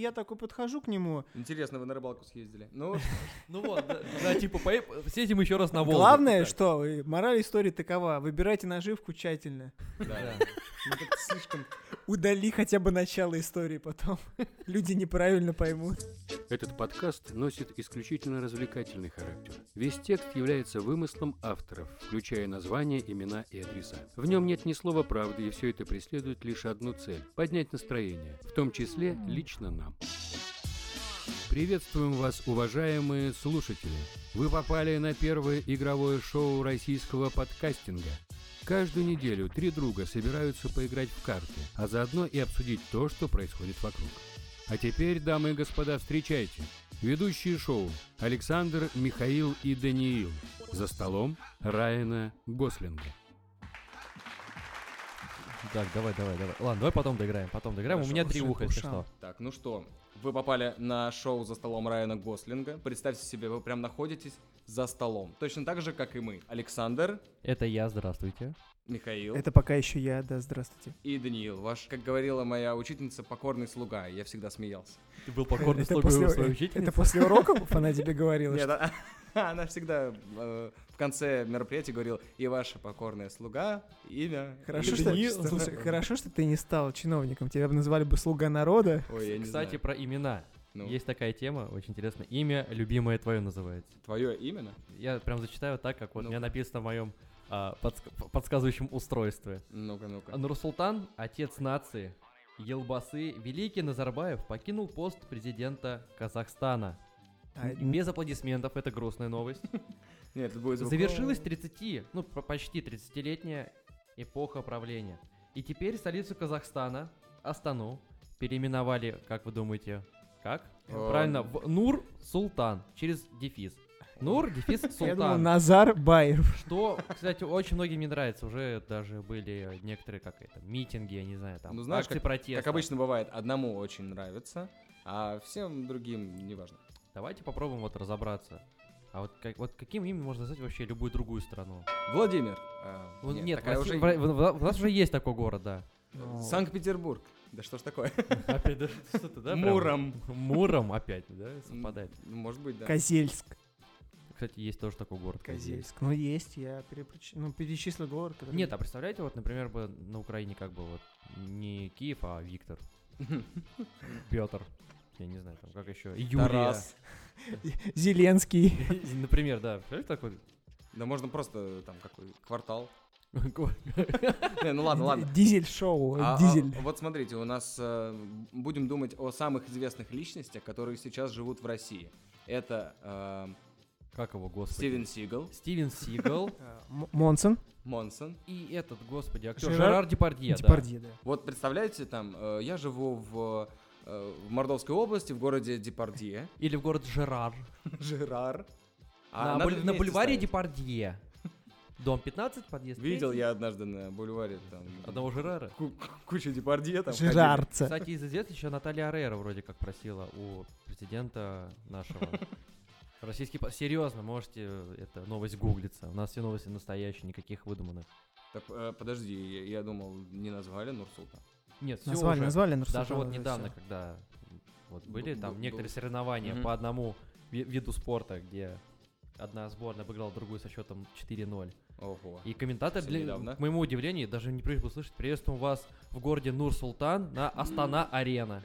я такой подхожу к нему. Интересно, вы на рыбалку съездили? Ну вот, да, типа, съездим еще раз на Волгу. Главное, что мораль истории такова. Выбирайте наживку тщательно. да. Ну так слишком... Удали хотя бы начало истории потом. Люди неправильно поймут. Этот подкаст носит исключительно развлекательный характер. Весь текст является вымыслом авторов, включая названия, имена и адреса. В нем нет ни слова правды, и все это преследует лишь одну цель – поднять настроение, в том числе лично нам. Приветствуем вас, уважаемые слушатели! Вы попали на первое игровое шоу российского подкастинга. Каждую неделю 3 друга собираются поиграть в карты, а заодно и обсудить то, что происходит вокруг. А теперь, дамы и господа, встречайте. Ведущие шоу Александр, Михаил и Даниил. За столом Райана Гослинга. Так, давай. Ладно, давай потом доиграем. Хорошо, У меня 3 уха, если ушам. что. Так, ну что, вы попали на шоу «За столом» Райана Гослинга. Представьте себе, вы прям находитесь за столом. Точно так же, как и мы. Александр, Это я, здравствуйте. Михаил Это пока еще я, да, здравствуйте. и Даниил. Ваш, как говорила моя учительница, покорный слуга. Я всегда смеялся. Ты был покорный Это слугой у после- своей учительницы? Это после уроков она тебе говорила? Нет, что- она всегда в конце мероприятия говорила: и ваша покорная слуга, имя. Хорошо, и что, отчество». слушай, хорошо, что ты не стал чиновником. Тебя бы назвали бы слуга народа. Ой, я не Кстати, знаю. про имена. Ну, Есть такая тема, очень интересная. Имя любимое твое называется. твое именно? Я прям зачитаю так, как вот у меня Ну-ка. написано в моем подсказывающем устройстве. Ну-ка. Нурсултан, отец нации, Елбасы, великий Назарбаев покинул пост президента Казахстана. Без аплодисментов, это грустная новость. Нет, это будет звук. Завершилась почти 30-летняя эпоха правления. И теперь столицу Казахстана, Астану, переименовали, как вы думаете, как? Правильно, в Нур-Султан, через дефис. Нур-дефис Я думал, Султан. Назарбаев. Что, кстати, очень многим не нравится. Уже даже были некоторые, митинги, я не знаю, там, Ну, знаешь, акции протеста. Как обычно бывает, одному очень нравится, а всем другим неважно. Давайте попробуем вот разобраться. А вот каким именем можно назвать вообще любую другую страну? Владимир. Нет, такая в России- уже... в нас уже есть такой город, да. Ну, Санкт-Петербург. Да что ж такое? Опять даже что-то, да? прям? Муром. Муром опять, да, совпадает. Может быть, да. Козельск. Кстати, есть тоже такой город. Козельск. Ну, есть, я перечислил город. который- Нет, а представляете, вот, например, бы на Украине как бы вот не Киев, а Виктор, Петр, я не знаю, там как еще, Юлия. Тарас. Зеленский. Например, да. Представляете такой? Да можно просто там какой квартал. Не, ну ладно. Дизель-шоу. А Дизель. вот смотрите, у нас будем думать о самых известных личностях, которые сейчас живут в России. Это Как его, господи? Стивен Сигал, Стивен Сигал Монсон. Монсон. и этот, господи, актер Жерар- Жерар Депардье, да. Депардье, да. Вот представляете, там, я живу в Мордовской области, в городе Депардье. Или в город Жерар. Жерар. На надо на вместе бульваре ставить. Депардье. Дом 15, подъезд Видел 3. я однажды на бульваре там Одного Жерара. кучу Депардье там Жерарца. Кстати, из известных еще Наталья Арейра вроде как просила у президента нашего. Серьезно, можете это новость гуглиться. У нас все новости настоящие, никаких выдуманных. Так, подожди, я думал, не назвали Нурсултан. Нет, все Назвали уже. Нурсултан. Даже вот уже недавно, всё. когда вот были там Был- некоторые был. соревнования Мгм. по одному виду спорта, где одна сборная обыграла другую со счетом 4-0. Ого. И комментатор, Совсем недавно. к моему удивлению, даже не привык услышать: приветствуем вас в городе Нур-Султан на Астана-Арена.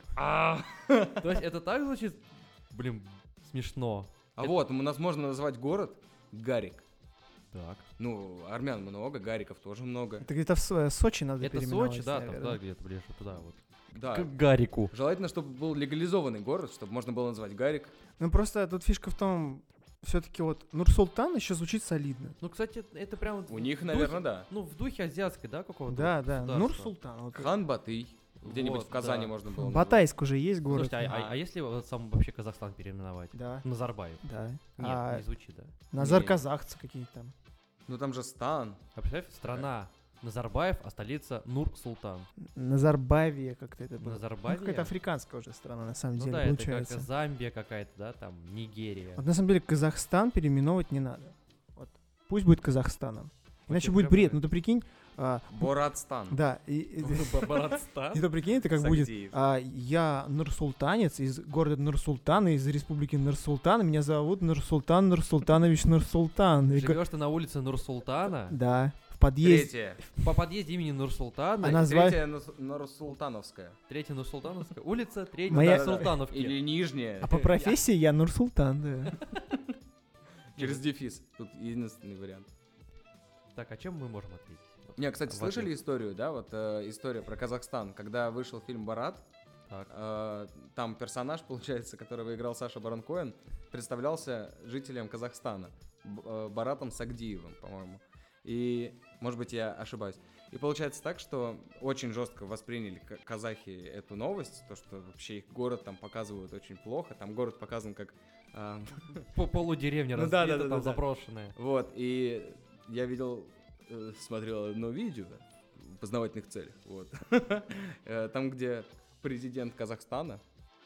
То есть это так звучит, блин, смешно. А вот, у нас можно назвать город Гарик. Так. Ну, армян много, гариков тоже много. Это где-то в Сочи надо Это переименовать, Сочи, да, там, наверное. да, где-то ближе туда вот. Да. К Гарику. Желательно, чтобы был легализованный город, чтобы можно было назвать Гарик. Ну, просто тут фишка в том, все-таки вот Нурсултан еще звучит солидно. Ну, кстати, это прям вот У них, в наверное, духе- да. Ну, в духе азиатской, да, какого-то? Да, вот да, государства. Нурсултан. Вот. Хан Батый. Где-нибудь Вот, в Казани да. можно было назвать. Батайск уже есть город. Слушайте, а если вот сам вообще Казахстан переименовать? Да, Назарбаев. да. Нет, не звучит, да. Назар Не. казахцы какие-то там. Ну там же стан. А представь, страна Назарбаев, а столица Нур-Султан. Назарбавия как-то это было. Назарбавия? Ну, какая-то африканская уже страна, на самом Ну деле, да, это получается. как Замбия какая-то, да, там, Нигерия. Вот на самом деле Казахстан переименовывать не надо. Вот. Пусть будет Казахстаном. Иначе будет прям бред. так. Ну ты прикинь, Боратстан. Да, Братстан? и то прикинь, это как будет, Сагдиев. я нурсултанец из города Нур-Султан, из республики Нур-Султан, меня зовут Нурсултан Нурсултанович Нурсултан. И Живешь ты на улице Нурсултана? Да, в подъезде. Третья. По подъезде имени Нурсултана. А назвать... Третья Нурсултановская. Третья Нурсултановская. Улица Третья Моя- Нурсултановки. Или нижняя. А по профессии я Нурсултан, да. Через дефис. Тут единственный вариант. Так, о чем мы можем ответить? Не, кстати, В слышали ответ. историю, да? Вот история про Казахстан. Когда вышел фильм «Барат», Так. там персонаж, получается, которого играл Саша Барон Коэн, представлялся жителем Казахстана. Баратом Сагдиевым, по-моему. И, может быть, я ошибаюсь. И получается так, что очень жестко восприняли казахи эту новость, то, что вообще их город там показывают очень плохо. Там город показан как... По полудеревня Ну да, разбита, да, да, там да. заброшенная. Вот, и я видел, смотрел одно видео в познавательных целях, вот. Там, где президент Казахстана,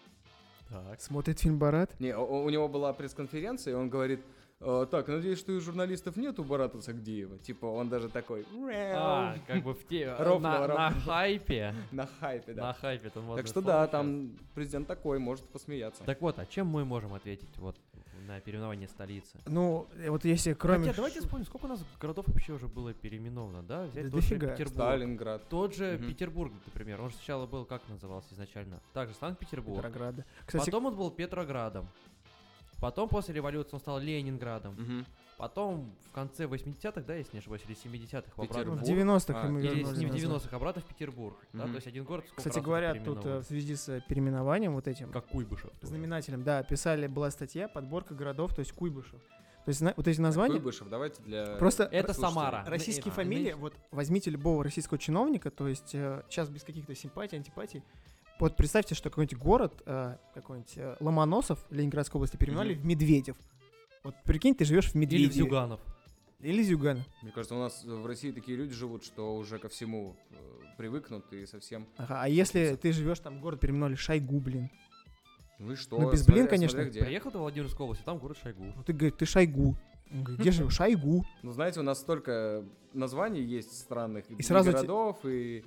Так. Смотрит фильм «Барат». не, у него была пресс-конференция, и он говорит, так, надеюсь, что и журналистов нет у Барата Сагдиева. Типа, он даже такой, Как бы в те... Ровно, На ровно. хайпе. на хайпе, На да. хайпе. там можно Так что да, слушать. там президент такой, может посмеяться. Так вот, а чем мы можем ответить вот на переименование столицы? Ну, вот если кроме... Хотя, давайте вспомним, сколько у нас городов вообще уже было переименовано, да? Взять Да тот же дофига. Петербург. Сталинград. Тот же Мгм. Петербург, например. Он же сначала был, как назывался изначально? Также Санкт-Петербург. Петрограда. Кстати, Потом он был Петроградом. Потом после революции он стал Ленинградом. Мгм. Потом в конце 80-х, да, если не ошибаюсь, или 70-х ну, Петербург. в 90-х А, мы Или вернулись не в назад. 90-х, обратно в Петербург. Да? Мгм. То есть один город сколько Кстати раз говоря, уже тут переименован. в связи с переименованием вот этим, Как Куйбышев. тоже. знаменателем, да, писали, была статья, подборка городов, то есть Куйбышев. То есть вот эти названия, Куйбышев, давайте для... Просто Это слушателей. Самара. российские А, фамилии, вот возьмите любого российского чиновника, то есть сейчас без каких-то симпатий, антипатий, вот представьте, что какой-нибудь город, какой-нибудь Ломоносов Ленинградской области переименовали в Медведев. Вот прикинь, ты живешь в Или Медведеве. в Зюганов. Или Зюган. Мне кажется, у нас в России такие люди живут, что уже ко всему привыкнут и совсем... Ага, а если ты живешь там, город переименовали Шойгу, блин. Ну и что? Ну, без Смотря- блин, конечно. смотря где. Приехал до Владимирской области, там город Шойгу. Ну ты говоришь, ты Шойгу. Он говорит, где живешь? Шойгу. Ну, знаете, у нас столько названий есть странных. И сразу городов, и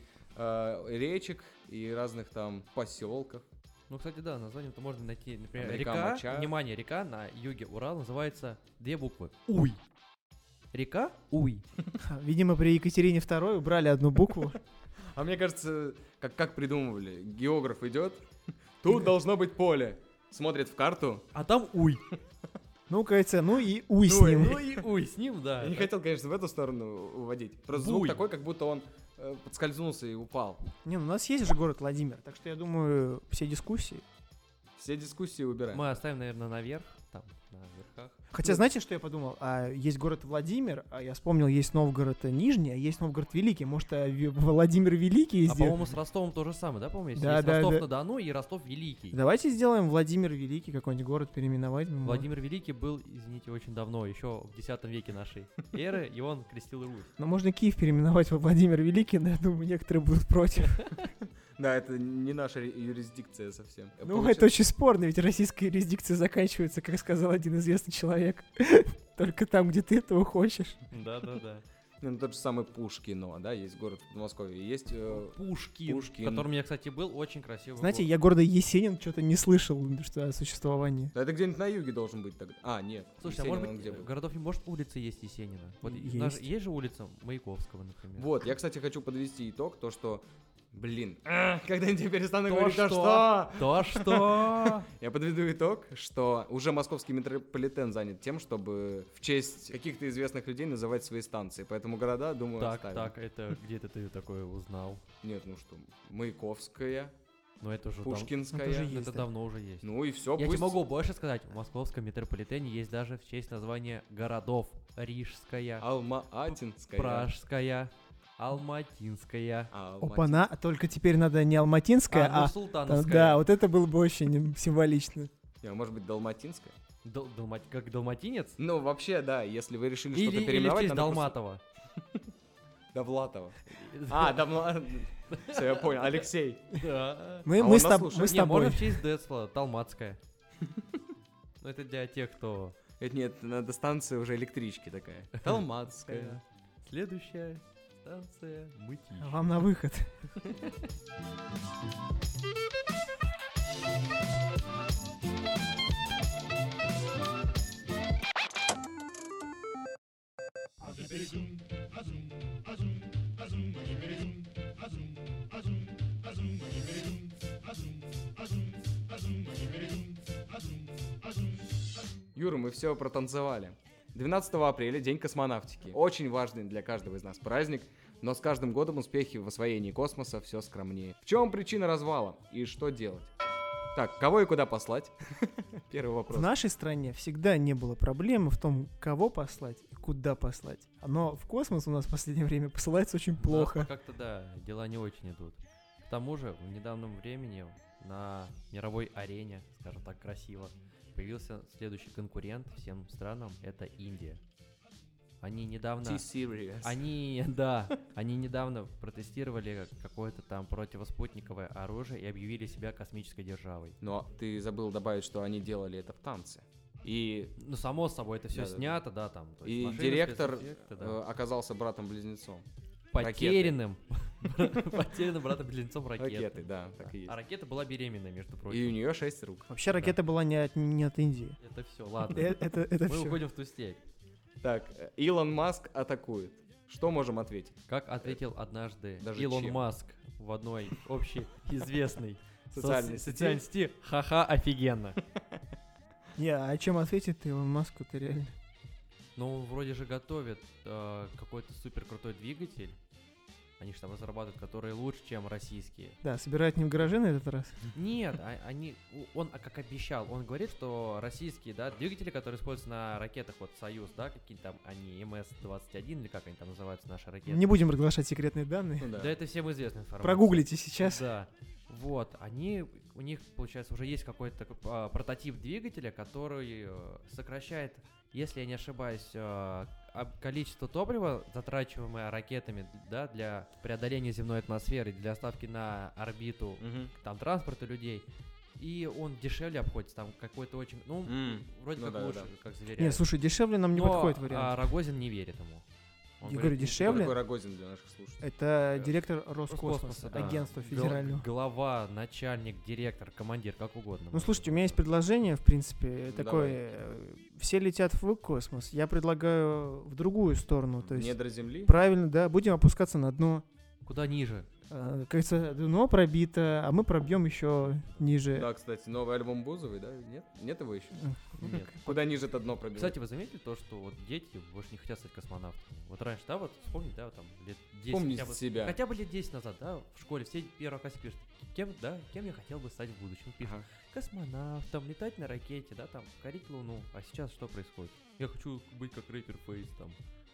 речек, и разных там поселков. Ну, кстати, да, название-то можно найти. Например, Там река река, Моча. внимание, река на юге Урала называется две буквы. Уй. Река Уй. Видимо, при Екатерине II убрали одну букву. А мне кажется, как придумывали, географ идет, тут должно быть поле. Смотрит в карту. А там Уй. Ну, кажется, ну и уй с ним. Ну и Уй с ним, да. Я не хотел, конечно, в эту сторону уводить. Просто звук Буй. такой, как будто он подскользнулся и упал. Не, ну у нас есть же город Владимир, так что я думаю, все дискуссии. Все дискуссии убираем. Мы оставим, наверное, наверх. Там, на верхах. Хотя, знаете, что я подумал? Есть город Владимир, а я вспомнил, есть Новгород Нижний, а есть Новгород Великий. Может, Владимир Великий А сделать? по-моему, с Ростовом то же самое, да, по-моему? Да, Есть да, да. Ростов-на-Дону и Ростов-Великий. Давайте сделаем Владимир Великий, какой-нибудь город переименовать. Ну, Владимир Великий был, извините, очень давно, еще в X веке нашей эры, и он крестил Русь. Ну, можно Киев переименовать во Владимир Великий, но я думаю, некоторые будут против. Да, это не наша юрисдикция совсем. Ну, это очень спорно, ведь российская юрисдикция заканчивается, как сказал один известный человек, только там, где ты этого хочешь. Да-да-да. Ну, тот же самый Пушкино, да, есть город в Подмосковье. Есть... Пушкин, Пушкин. в котором я, кстати, был, очень красивый Знаете, город. я города Есенин что-то не слышал, что о существовании. Да это где-нибудь на юге должен быть тогда. А, нет. Слушай, а Есенин, может он быть, где был? городов не может улицы есть Есенина? Вот Есть. у нас же есть же улица Маяковского, например. Вот, я, кстати, хочу подвести итог, то, что... Блин, когда-нибудь я перестану То говорить, то что? что? То что? Я подведу итог, что уже московский метрополитен занят тем, чтобы в честь каких-то известных людей называть свои станции. Поэтому города, думаю, Так, оставим. так, это где-то ты такое узнал? Нет, ну что, Маяковская, Но это уже Пушкинская. это же есть, это да. давно уже есть. Ну и все, Я тебе пусть... могу больше сказать, в московском метрополитене есть даже в честь названия городов. Рижская, Алма-Атинская. Пражская, Алматинская. Опа-на, только теперь надо не Алматинская, а... Нурсултановская. Да, вот это было бы очень символично. Может быть, Далматинская? Как далматинец? Ну, вообще, да, если вы решили что-то Или в переименовать, честь надо просто- Далматова. Довлатова. Все, я понял. Алексей. Да. Мы, А мы, он с, нас тоб- слушает. мы с Не, тобой. можно в честь Децла, Талматская. Ну, это для тех, кто... Это нет, надо станция уже электрички такая. Далматская. Следующая Станция Мытищ. Вам на выход. Юра, мы все протанцевали. 12 апреля, День космонавтики. Очень важный для каждого из нас праздник, но с каждым годом успехи в освоении космоса все скромнее. В чем причина развала и что делать? Так, кого и куда послать? Первый В вопрос. нашей стране всегда не было проблемы в том, кого послать и куда послать. Но в космос у нас в последнее время посылается очень У нас плохо. как-то, да, дела не очень идут. К тому же, в недавнем времени на мировой арене, скажем так, красиво, появился следующий конкурент всем странам, это Индия. Они недавно... T-Series. Они недавно протестировали какое-то там противоспутниковое оружие и объявили себя космической державой. Но ты забыл добавить, что они делали это в танце. И, Ну, само собой, это все Да-да-да. снято, да, там. то есть и машины, директор спецэффекты, да. оказался братом-близнецом. Потерянным братом-близнецом ракеты. Ракеты, да, так и есть. А ракета была беременна, между И у прочим. нее 6 рук. Вообще ракета была не от Индии. Это все, ладно. Это Мы все. уходим в ту степь. Так, Илон Маск атакует. Что можем ответить? Как ответил однажды Даже Илон чем? Маск в одной общеизвестной Социальной социальной сети, ха-ха, офигенно. Не, а чем ответит Илон Маск-то реально? Ну, он вроде же готовит какой-то супер крутой двигатель. Они же там разрабатывают, которые лучше, чем российские. Да, собирают не в гараже на этот раз. Нет, он как обещал, он говорит, что российские, да, двигатели, которые используются на ракетах, вот Союз, да, какие-то там они МС-21 или как они там называются, наши ракеты. Не будем разглашать секретные данные. Ну да. Да, это всем известная информация. Прогуглите сейчас. Да. Вот, у них, получается, уже есть какой-то прототип двигателя, который сокращает, если я не ошибаюсь, количество топлива, затрачиваемое ракетами, да, для преодоления земной атмосферы, для доставки на орбиту Мгм. там транспорта людей. И он дешевле обходится, там какой-то очень, вроде Ну как да, лучше, да. как заверяют. Не, слушай, дешевле нам не Но, подходит вариант. Рогозин не верит ему. Он Я говорит, говорю, «Ну, Кто дешевле? такой Рогозин для наших слушателей? Это директор Роскосмоса, Роскосмоса, да. агентства Гла- федерального. Глава, начальник, директор, командир, как угодно. Ну, слушайте, у меня есть предложение, в принципе, Ну, такое. Все летят в космос. Я предлагаю в другую сторону. То есть, Недра земли? правильно, да, будем опускаться на дно. Куда ниже? Как говорится, дно пробито, а мы пробьем еще ниже. Да, кстати, новый альбом Бузовой, да? Нет? Нет его еще? Нет. Куда ниже это дно пробило? Кстати, вы заметили то, что вот дети больше не хотят стать космонавтами? Вот раньше, да, вот вспомните, да, вот там лет 10 Помните хотя бы, себя. хотя бы лет 10 назад, да, в школе все первоклассники пишут, кем я хотел бы стать в будущем? Пишут, Ага. космонавтом, летать на ракете, да, там, корить Луну. А сейчас что происходит? Я хочу быть как рэпер Фейс, там,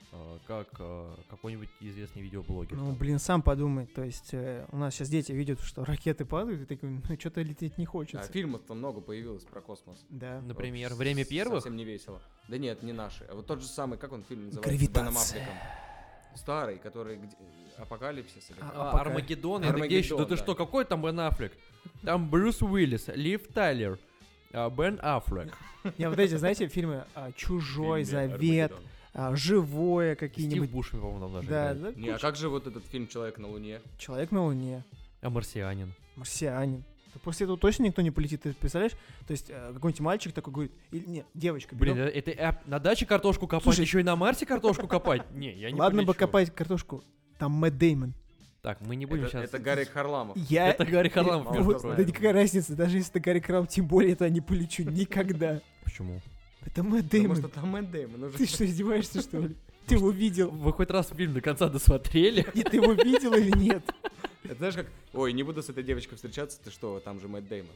как какой-нибудь известный видеоблогер. Ну, там. блин, сам подумай. То есть у нас сейчас дети видят, что ракеты падают, и такой, ну, что-то лететь не А хочется. фильмов-то много появилось про космос. Да. Например, Вот «Время первых». Совсем не весело. Да нет, не наши. А вот тот же самый, как он фильм называется? Гравитация. С Беном Аффлеком. Старый, который Апокалипсис или как? Пока. Армагеддон, это где еще? Да Армагеддон, ты да. что, какой там Бен Аффлек? Там Брюс Уиллис, Лив Тайлер, Бен Аффлек. Не, вот эти, знаете, фильмы «Чужой», Фильме «Завет», Армагеддон. «Живое» Стив какие-нибудь. Бушеми, по-моему, там даже Да, играет. да, Не, а как же вот этот фильм «Человек на Луне»? «Человек на Луне», А «Марсианин». «Марсианин». Да после этого точно никто не полетит, ты представляешь? То есть какой-нибудь мальчик такой говорит, или нет, девочка. Блин, берём. это на даче картошку копать, Слушай, еще и на Марсе картошку копать? Не, я не Ладно бы полечу. копать картошку, там Мэтт Дэймон. Так, мы не будем сейчас... Это Гарик Харламов. Это Гарри Харламов, Вот, между Вот, прочим. да никакая разница, даже если это Гарри Харламов, тем более это не полечу никогда. Почему? Это Мэтт Потому Дэймон. что там Мэтт Дэймон уже. Ты что, издеваешься, что ли? Ты его видел? Вы хоть раз фильм до конца досмотрели? И ты его видел или нет? Это знаешь как? Ой, не буду с этой девочкой встречаться, ты что, там же Мэтт Дэймон.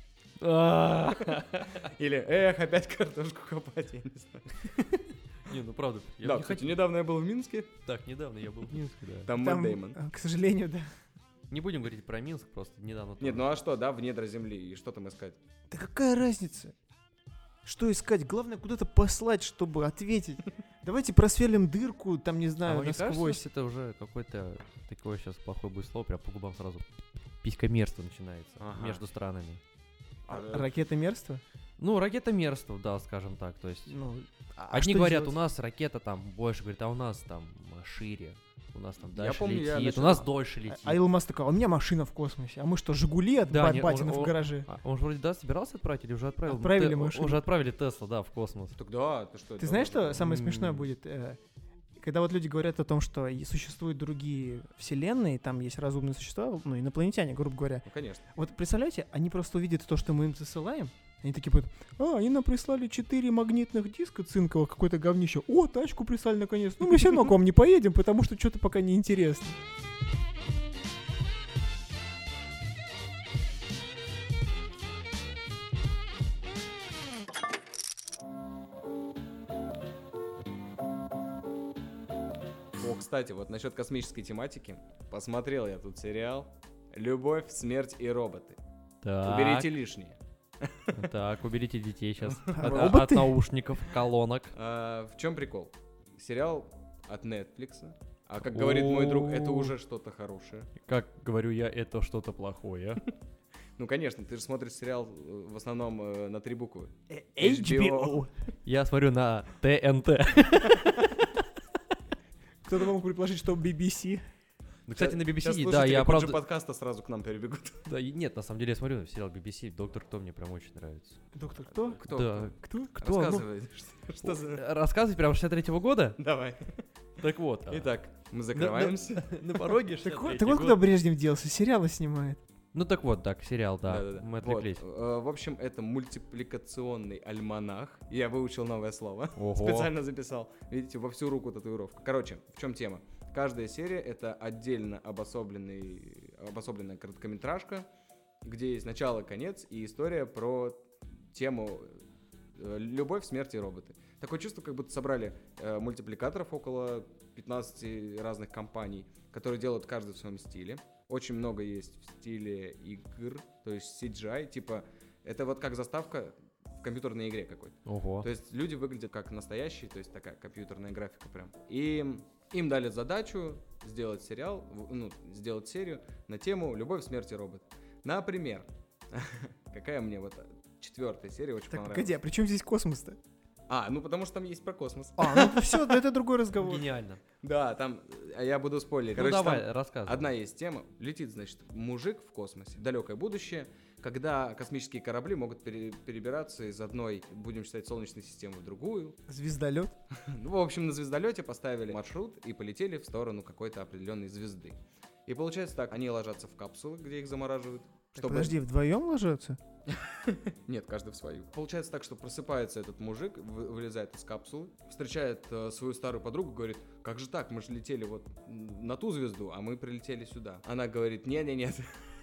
Или, опять картошку копать, я не знаю. Не, ну правда. Я Да, не кстати, хотел- недавно я был в Минске, Так, недавно я был в Минске, да. там Мэтт Там, Дэймон. к сожалению, да. Не будем говорить про Минск, просто недавно... Нет, тоже. ну а что, да, в недра земли, и что там искать? Да какая разница? Что искать? Главное куда-то послать, чтобы ответить. Давайте просверлим дырку, там, не А знаю, вам не кажется, насквозь. что это уже какое-то такое сейчас плохое будет слово, прям по губам сразу писькомерство начинается Ага. между странами. Ракетомерство? Ну, ракетомерство, да, скажем так, то есть... Ну, а Одни что говорят, делать? у нас ракета там больше, говорят, а у нас там шире. у нас там Я дальше помню, я летит, начал- у нас дольше летит. А Илон Маск такой, а у меня машина в космосе. А мы что, Жигули от Да, не, Батина он- в гараже? Он же вроде, да, собирался отправить или уже отправил? Отправили машину. Уже отправили Теслу, да, в космос. Так да, ты что? Ты знаешь, что самое М. смешное будет? Когда вот люди говорят о том, что существуют другие вселенные, там есть разумные существа, ну, инопланетяне, грубо говоря. Ну, конечно. Вот представляете, они просто увидят то, что мы им засылаем, они такие будут, они нам прислали 4 магнитных диска цинковых, какое-то говнище. О, тачку прислали наконец. Ну, мы все равно к вам не поедем, потому что что-то пока не интересно. О, кстати, вот насчет космической тематики. Посмотрел я тут сериал «Любовь, смерть и роботы». Так, Уберите лишнее. так, уберите детей сейчас от Роботы? наушников, колонок. В чем прикол? Сериал от Netflix. А как говорит мой друг, это уже что-то хорошее. Как говорю я, это что-то плохое. Ну, конечно, ты же смотришь сериал в основном на 3 буквы. HBO. Я смотрю на ТНТ. Кто-то мог предположить, что BBC. Ну, кстати, на Сейчас BBC, да, слушатели я Коджи правда... подкаста сразу к нам перебегут. Да, нет, на самом деле я смотрю сериал BBC, Доктор Кто мне прям очень нравится. Доктор кто? Кто? Да. Кто? Кто? Ну, Рассказывай. Что за... Рассказывать прям 63-го года? Давай. Так вот. Итак, мы закрываемся. На пороге Так 63-й вот год. куда Брежнев делся, сериалы снимает. Ну так вот, так, сериал, да. Да-да-да. Мы Вот, отвлеклись. в общем, это мультипликационный альманах. Я выучил новое слово. Ого. Специально записал. Видите, во всю руку татуировка. Короче, в чем тема? Каждая серия — это отдельно обособленная короткометражка, где есть начало, конец и история про тему любовь, смерть и роботы. Такое чувство, как будто собрали мультипликаторов около 15 разных компаний, которые делают каждый в своем стиле. Очень много есть в стиле игр, то есть CGI, типа это вот как заставка в компьютерной игре какой-то. Ого. То есть люди выглядят как настоящие, то есть такая компьютерная графика прям. И им дали задачу сделать сериал, сделать серию на тему «Любовь, смерть и робот». Например, какая мне вот 4-я серия очень Так, понравилась. погоди, а при чем здесь космос-то? Ну потому что там есть про космос. Ну все, это другой разговор. Гениально. Да, там, я буду спойлерить. Ну Короче, давай, там рассказывай. одна есть тема. Летит, значит, мужик в космосе, далекое будущее, когда космические корабли могут перебираться из одной, будем считать, солнечной системы в другую. Звездолет. Ну, в общем, на звездолете поставили маршрут и полетели в сторону какой-то определенной звезды. И получается так, они ложатся в капсулы, где их замораживают. Так, подожди, вдвоем ложатся? Нет, каждый в свою. Получается так, что просыпается этот мужик, вылезает из капсулы, встречает свою старую подругу, говорит, как же так, мы же летели вот на ту звезду, а мы прилетели сюда. Она говорит, нет.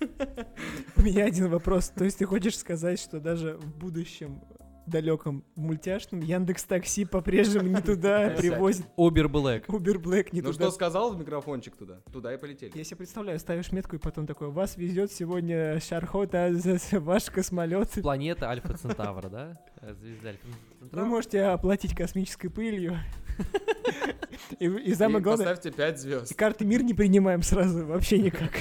У меня один вопрос. То есть ты хочешь сказать, что даже в будущем далеком мультяшном Яндекс.Такси по-прежнему не туда привозит, Uber Black. Uber Black не Ну туда? что сказал в микрофончик туда и полетели. Я себе представляю, ставишь метку и потом такой, вас везет сегодня Шархота, ваш космолет. Планета Альфа Центавра, да? Звезда Альфа Вы Центавра. можете оплатить космической пылью. И самое И главное, поставьте 5 звезд. и карты мир не принимаем сразу, вообще никак.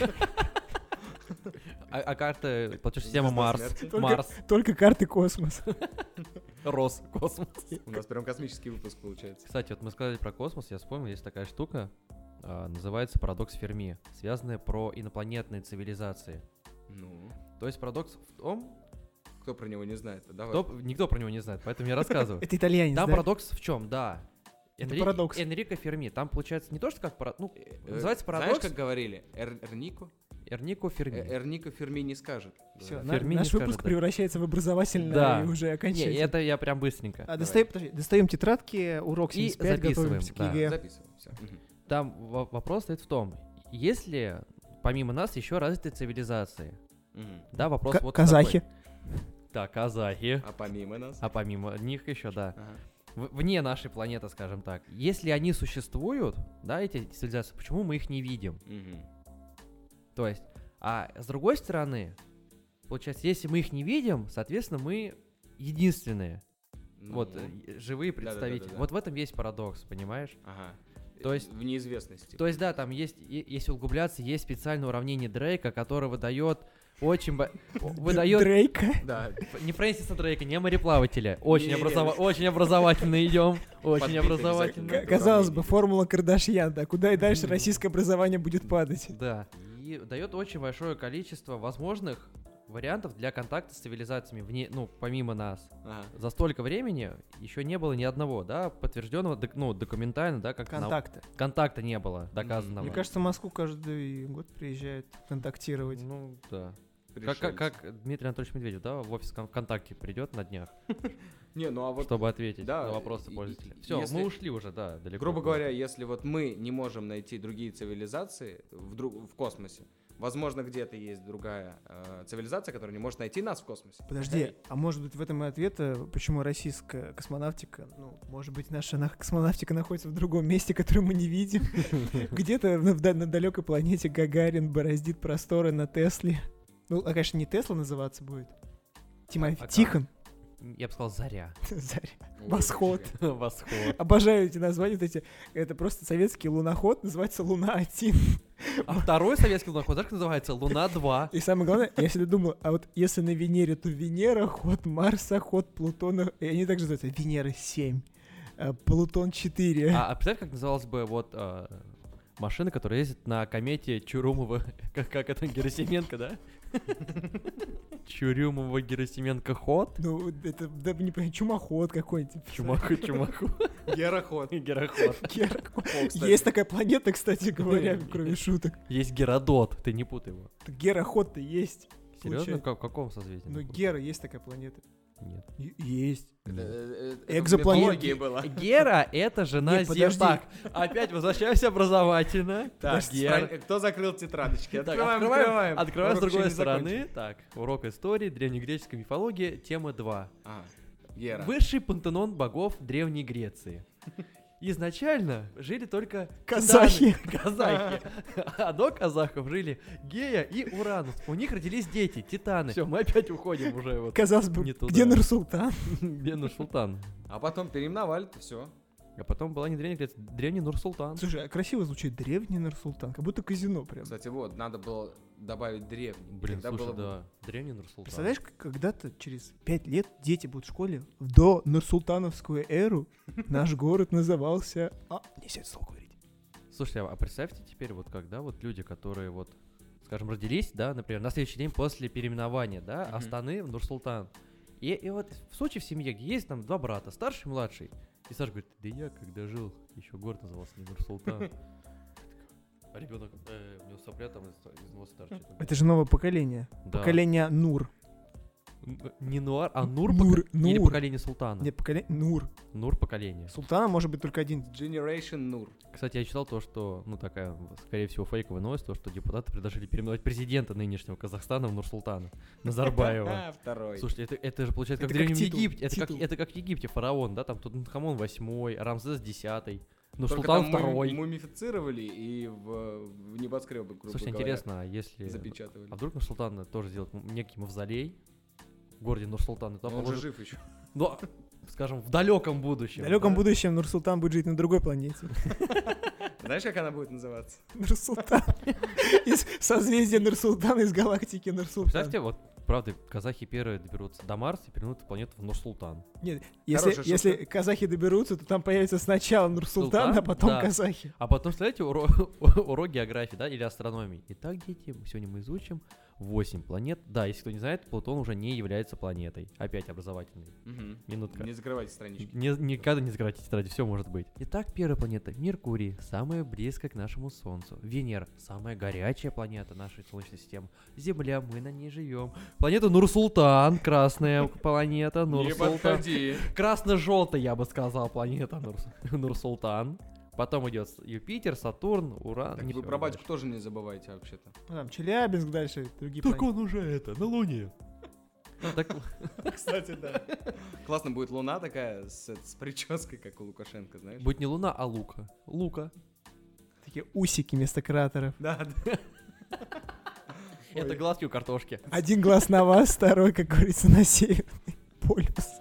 А карта, платежная система Звезда Марс. смерти. Марс. Только карты космос. Роскосмос. У нас прям космический выпуск получается. Кстати, вот мы сказали про космос, я вспомнил, есть такая штука, называется парадокс Ферми, связанная про инопланетные цивилизации. Ну, То есть парадокс в том, кто про него не знает, давай. никто про него не знает, поэтому я рассказываю. Это итальянец, Там да? парадокс в чем, да. Это парадокс. Энрико Ферми. Там получается не то, что как называется Знаешь, парадокс. как говорили? Эрнико? Эрнико Ферми. Эрнико Ферми не скажет. Все, говорят. Ферми не наш скажет, выпуск да. превращается в образовательное Да. и уже Не, окончательно. это я прям быстренько. Достаем тетрадки, урок И 75, записываем, готовимся к да. ЕГЭ. Записываем, все. Там вопрос стоит в том, есть ли помимо нас еще развитые цивилизации? Да, вопрос вот Казахи. такой. Да, казахи. А помимо нас? А помимо них еще, да. Ага. Вне нашей планеты, скажем так. Если они существуют, да, эти цивилизации, почему мы их не видим? Мгм. То есть, а с другой стороны, получается, если мы их не видим, соответственно, мы единственные, Ну, вот, живые представители. Да-да-да-да-да. Вот в этом есть парадокс, понимаешь? Ага. То есть- в неизвестности. То есть, да, там есть, если углубляться, есть специальное уравнение Дрейка, которое выдает выдает Дрейка. Да, не Фрэнсиса Дрейка, не мореплавателя. Очень Не. очень образовательно идем. Очень Подбитый образовательно. обязательно. Казалось бы, формула Кардашьян, да, куда и дальше российское образование будет падать. Да. И дает очень большое количество возможных вариантов для контакта с цивилизациями вне, ну, помимо нас. Ага. За столько времени еще не было ни одного, да, подтвержденного, документально, да, как Контакты. контакта не было доказанного. Мне кажется, в Москву каждый год приезжают контактировать. Ну, да. Пришельцы. Как Дмитрий Анатольевич Медведев, да, в офис ВКонтакте придет на днях, Не, ну а вот, чтобы ответить да, на вопросы и- пользователя. и Все, если- мы ушли уже, да, далеко. грубо говоря, если вот мы не можем найти другие цивилизации в космосе, возможно, где-то есть другая цивилизация, которая не может найти нас в космосе. Подожди, а может быть в этом и ответ, почему российская космонавтика, ну, может быть, наша космонавтика находится в другом месте, которое мы не видим. Где-то на далекой планете Гагарин бороздит просторы на Тесле. Ну, а, конечно, не Тесла называться будет. как? Тихон. Я бы сказал, заря. Заря. Ой, Восход. вообще. Восход. Обожаю эти названия, вот эти. Это просто советский луноход, называется Луна-1. А второй советский луноход, знаешь, как называется? Луна-2. И самое главное, я всегда думал, а вот если на Венере, то Венера ход, Марса ход, Плутона, и они также называются Венера-7, Плутон 4. А представь, как называлась бы вот машина, которая ездит на комете Чурумова, как это, Герасименко, да? Чурюмова-Герасименко ход? Ну, это, да, не понимаю, чумоход какой-нибудь. Чумаху. Героход. Героход. Героход. О, кстати. Есть такая планета, кстати говоря, кроме шуток. Есть Геродот, ты не путай его. Так Героход-то есть. Серьезно? Получается. В каком созвездии? Ну, Гера, есть такая планета. Нет. Есть. Это Экзопланет- в мифологии было. Гера — это жена Нет, Зевса. подожди. Так, опять возвращаемся образовательно. Так, Гера. кто закрыл тетрадочки? Так, Открываем. открываем с Урок еще другой не стороны. закончен. Так, урок истории, древнегреческой мифологии, тема 2. А, Гера. Высший пантеон богов Древней Греции. Изначально жили только Казахи. титаны, казахи. А до казахов жили Гея и Уранус. У них родились дети, титаны. Все, мы опять уходим уже вот. Казалось бы, Не туда. где Нурсултан? Где Нур-Султан? А потом переименовали-то все. А потом была не Древняя Греция, Древний Нур-Султан. Слушай, а красиво звучит древний Нурсултан, как будто казино прям. Кстати, вот, надо было добавить древний. Блин, Тогда слушай, было бы- да. Древний Нур-Султан. Представляешь, когда-то через 5 лет дети будут в школе, до Нурсултановскую эру наш город назывался... нельзя это слово говорить. Слушайте, а представьте теперь, вот когда вот люди, которые вот, скажем, родились, да, например, на следующий день после переименования, да, Мгм. Астаны в Нур-Султан. И вот в Сочи в семье, где есть там 2 брата, старший и младший. И Саша говорит, да я когда жил, еще город назывался не Нур-Султан. А ребенок, у него сопля там из носа торчит. Это же новое поколение. Да. Поколение Нур. Не Нуар, а Нур, Нур, или Нур. поколение Султана? Нет, поколение Нур. Нур поколение. Султана может быть только один. Generation Nur. Кстати, я читал то, что, ну, такая, скорее всего, фейковая новость, то, что депутаты предложили переименовать президента нынешнего Казахстана в Нурсултана, Назарбаева. А, второй. Слушайте, это же получается как Это в как Древнем титул, Египте. титул. Это как в Египте фараон, да, там Тутанхамон 8, Рамзес 10, Только Нурсултан там 2. мумифицировали и в небоскребы, грубо Слушайте, говоря, интересно, а если... запечатывали. А вдруг Нурсултан тоже сделает некий мавзолей в городе Нурсултан? И туда Но он же положит- жив еще. Ну, скажем, в далеком будущем. В далеком да? будущем Нурсултан будет жить на другой планете. Знаешь, как она будет называться? Нурсултан. Из созвездия Нурсултана, из галактики Нурсултан. Представьте, вот, правда, казахи первые доберутся до Марса и перенут планету в Нурсултан. Нет, Хорошая если шутка. казахи доберутся, то там появится сначала Нурсултан, Султан, а потом да. казахи. А потом, представляете, урок географии, да, или астрономии. Итак, дети, сегодня мы изучим 8 планет. Да, если кто не знает, Плутон уже не является планетой. Опять образовательный. Мгм. Минутка. Не закрывайте странички. Никогда не закрывайте тетради, все может быть. Итак, первая планета Меркурий, самая близкая к нашему Солнцу. Венера, самая горячая планета нашей Солнечной системы. Земля, мы на ней живем. Планета Нур-Султан, красная планета Не Нур-Султан. подходи. Красно-желтая, я бы сказал, планета Нур-Султан. Потом идет Юпитер, Сатурн, Уран. Так не вы всё про батьку дальше. тоже не забывайте вообще-то. Ну, там Челябинск дальше, другие Так планеты. он уже это, на Луне. Так, Кстати, да. Классно будет луна такая с прической, как у Лукашенко, знаешь? будет не Луна, а Лука. Лука. Такие усики вместо кратеров. Да, да. Это глазки у картошки. Один глаз на вас, второй, как говорится, на Северный полюс.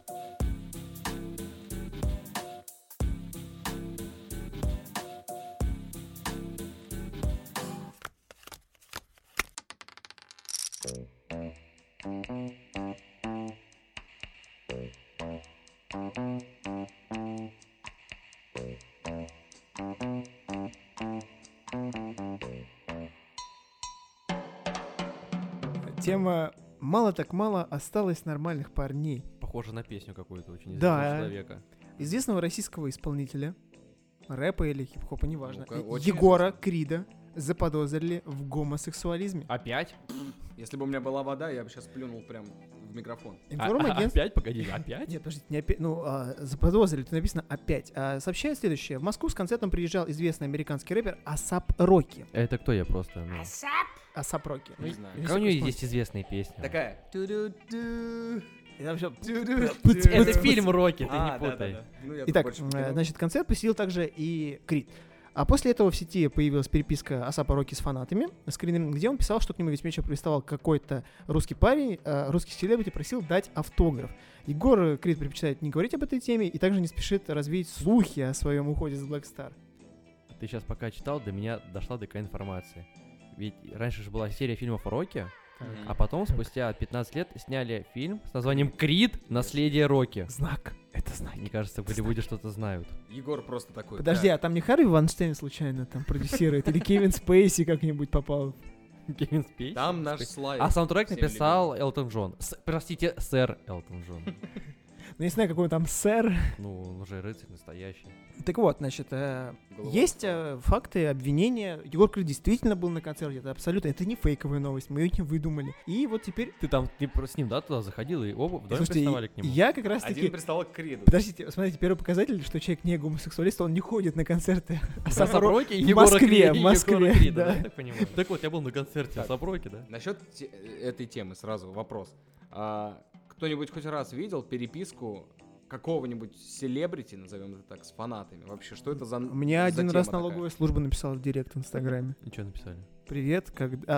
Тема «Мало так мало осталось нормальных парней». Похоже на песню какую-то очень Да. известного человека. Известного российского исполнителя, рэпа или хип-хопа, неважно, Ну-ка, очень Егора известного. Крида заподозрили в гомосексуализме. Опять? Если бы у меня была вода, я бы сейчас плюнул прям в микрофон. Информагентство... Опять? Погоди, опять? Нет, подождите, не опять, заподозрили, тут написано опять. Сообщает следующее. В Москву с концертом приезжал известный американский рэпер Асап Роки. Это кто я просто? Ну. Асап Роки. Не знаю. Ну, Какая у него если есть известные песни? Такая. Ту-ду-ду. и там всё- Это фильм «Рокки», ты не А, путай. да-да-да. Ну, я Итак, больше в кино. значит, концерт посетил также и Крид. А после этого в сети появилась переписка Асапа Роки с фанатами, скринами, где он писал, что к нему весь вечер приставал какой-то русский парень, русский селебрити просил дать автограф. Егор Крид предпочитает не говорить об этой теме и также не спешит развеять слухи о своем уходе с Black Star. Ты сейчас пока читал, до меня дошла такая информация. Ведь раньше же была серия фильмов о Рокки, Мгм. а потом, спустя 15 лет, сняли фильм с названием «Крид. Наследие Рокки». Знак. Это знак. Мне кажется, голливуде что-то знают. Егор просто такой. Подожди, да. а там не Харви Ванштейн случайно там продюсирует? Или Кевин Спейси как-нибудь попал? Кевин Спейси. Там наш слайд. А саундтрек всеми написал Элтон Джон. Простите, сэр Элтон Джон. Ну, не знаю, какой он там сэр. Ну, он уже рыцарь настоящий. Так вот, значит, Голова есть слова. факты, обвинения. Егор Крид действительно был на концерте, это абсолютно, это не фейковая новость, мы ее не выдумали. И вот теперь, Ты там с ним, да, туда заходил, и оба вдвоем слушайте, приставали к нему? я как раз таки... Один приставал к Криду. Подождите, смотрите, первый показатель, что человек не гомосексуалист, он не ходит на концерты Асап Асапа Роки. Роки и в Егора Москве, Крида, в и Москве, Егора Крида, да. я так понимаю. Так вот, я был на концерте Так. Асап Роки, да? Насчет этой темы сразу вопрос. Кто-нибудь хоть раз видел переписку какого-нибудь селебрити, назовем это так, с фанатами? Вообще, что это за Мне за один тема раз такая? налоговая служба написала в директ в Инстаграме. И что написали? Привет,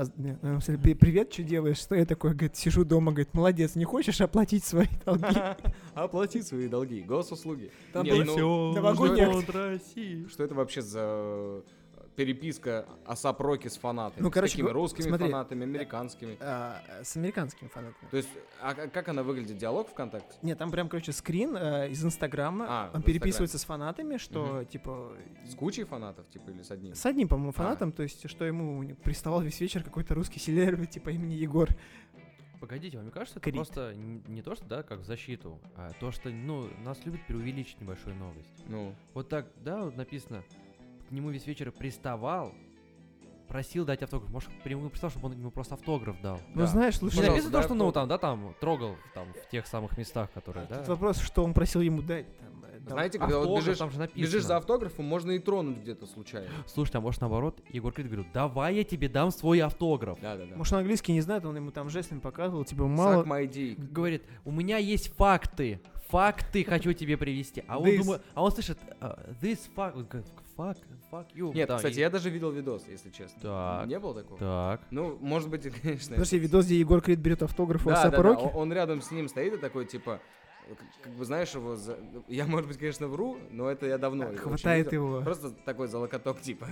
привет, что делаешь? Что я такой, говорит, сижу дома, говорит, молодец, не хочешь оплатить свои долги? Оплати свои долги, госуслуги. Там Не, было ну, новогодняя что акция. России. Что это вообще за переписка Асап Роки с фанатами? Ну, короче, с какими? Русскими смотри. фанатами, американскими? С американскими фанатами. То есть, как она выглядит? Диалог ВКонтакте? Нет, там прям, короче, скрин из Инстаграма. Он в переписывается с фанатами, что, Мгм. типа, С кучей фанатов, типа, или с одним? с одним, по-моему, фанатом, то есть, что ему приставал весь вечер какой-то русский селебрити по имени Егор. Погодите, вам не кажется, это Крид. просто не то, что, да, как в защиту, а то, что, ну, нас любят преувеличить небольшую новость. Ну, Вот так, да, вот написано, к нему весь вечер приставал, просил дать автограф. Может, прямую приставал, чтобы он ему просто автограф дал. Ну, Да. знаешь, Не слушай, Пожалуйста, написано то, да, что, ну, там, да, там, трогал, там, в тех самых местах, А, которые, да. тут вопрос, что он просил ему дать. Там, дал. знаете, когда вот Автограф, бежишь, там же написано. бежишь за автографом, можно и тронуть где-то случайно. Слушай, а может наоборот, Егор Крид говорил, давай я тебе дам свой автограф. Да-да-да. Может, он английский не знает, он ему там жестами показывал, типа, мало... Suck my dick. Говорит, у меня есть факты хочу тебе привести. А он This- думает, а он слышит, this fuck, он говорит, fuck you. Нет, Да, кстати, и- я даже видел видос, если честно. Так. Не было такого? Так. Ну, может быть, конечно. Подожди, видос, где Егор Крид берет автограф у Да, Асапа да, да. Роки? Он рядом с ним стоит и такой, типа, как бы, знаешь, его... Я, может быть, конечно, вру, но это я давно очень Хватает видел. его. Просто такой за локоток, типа,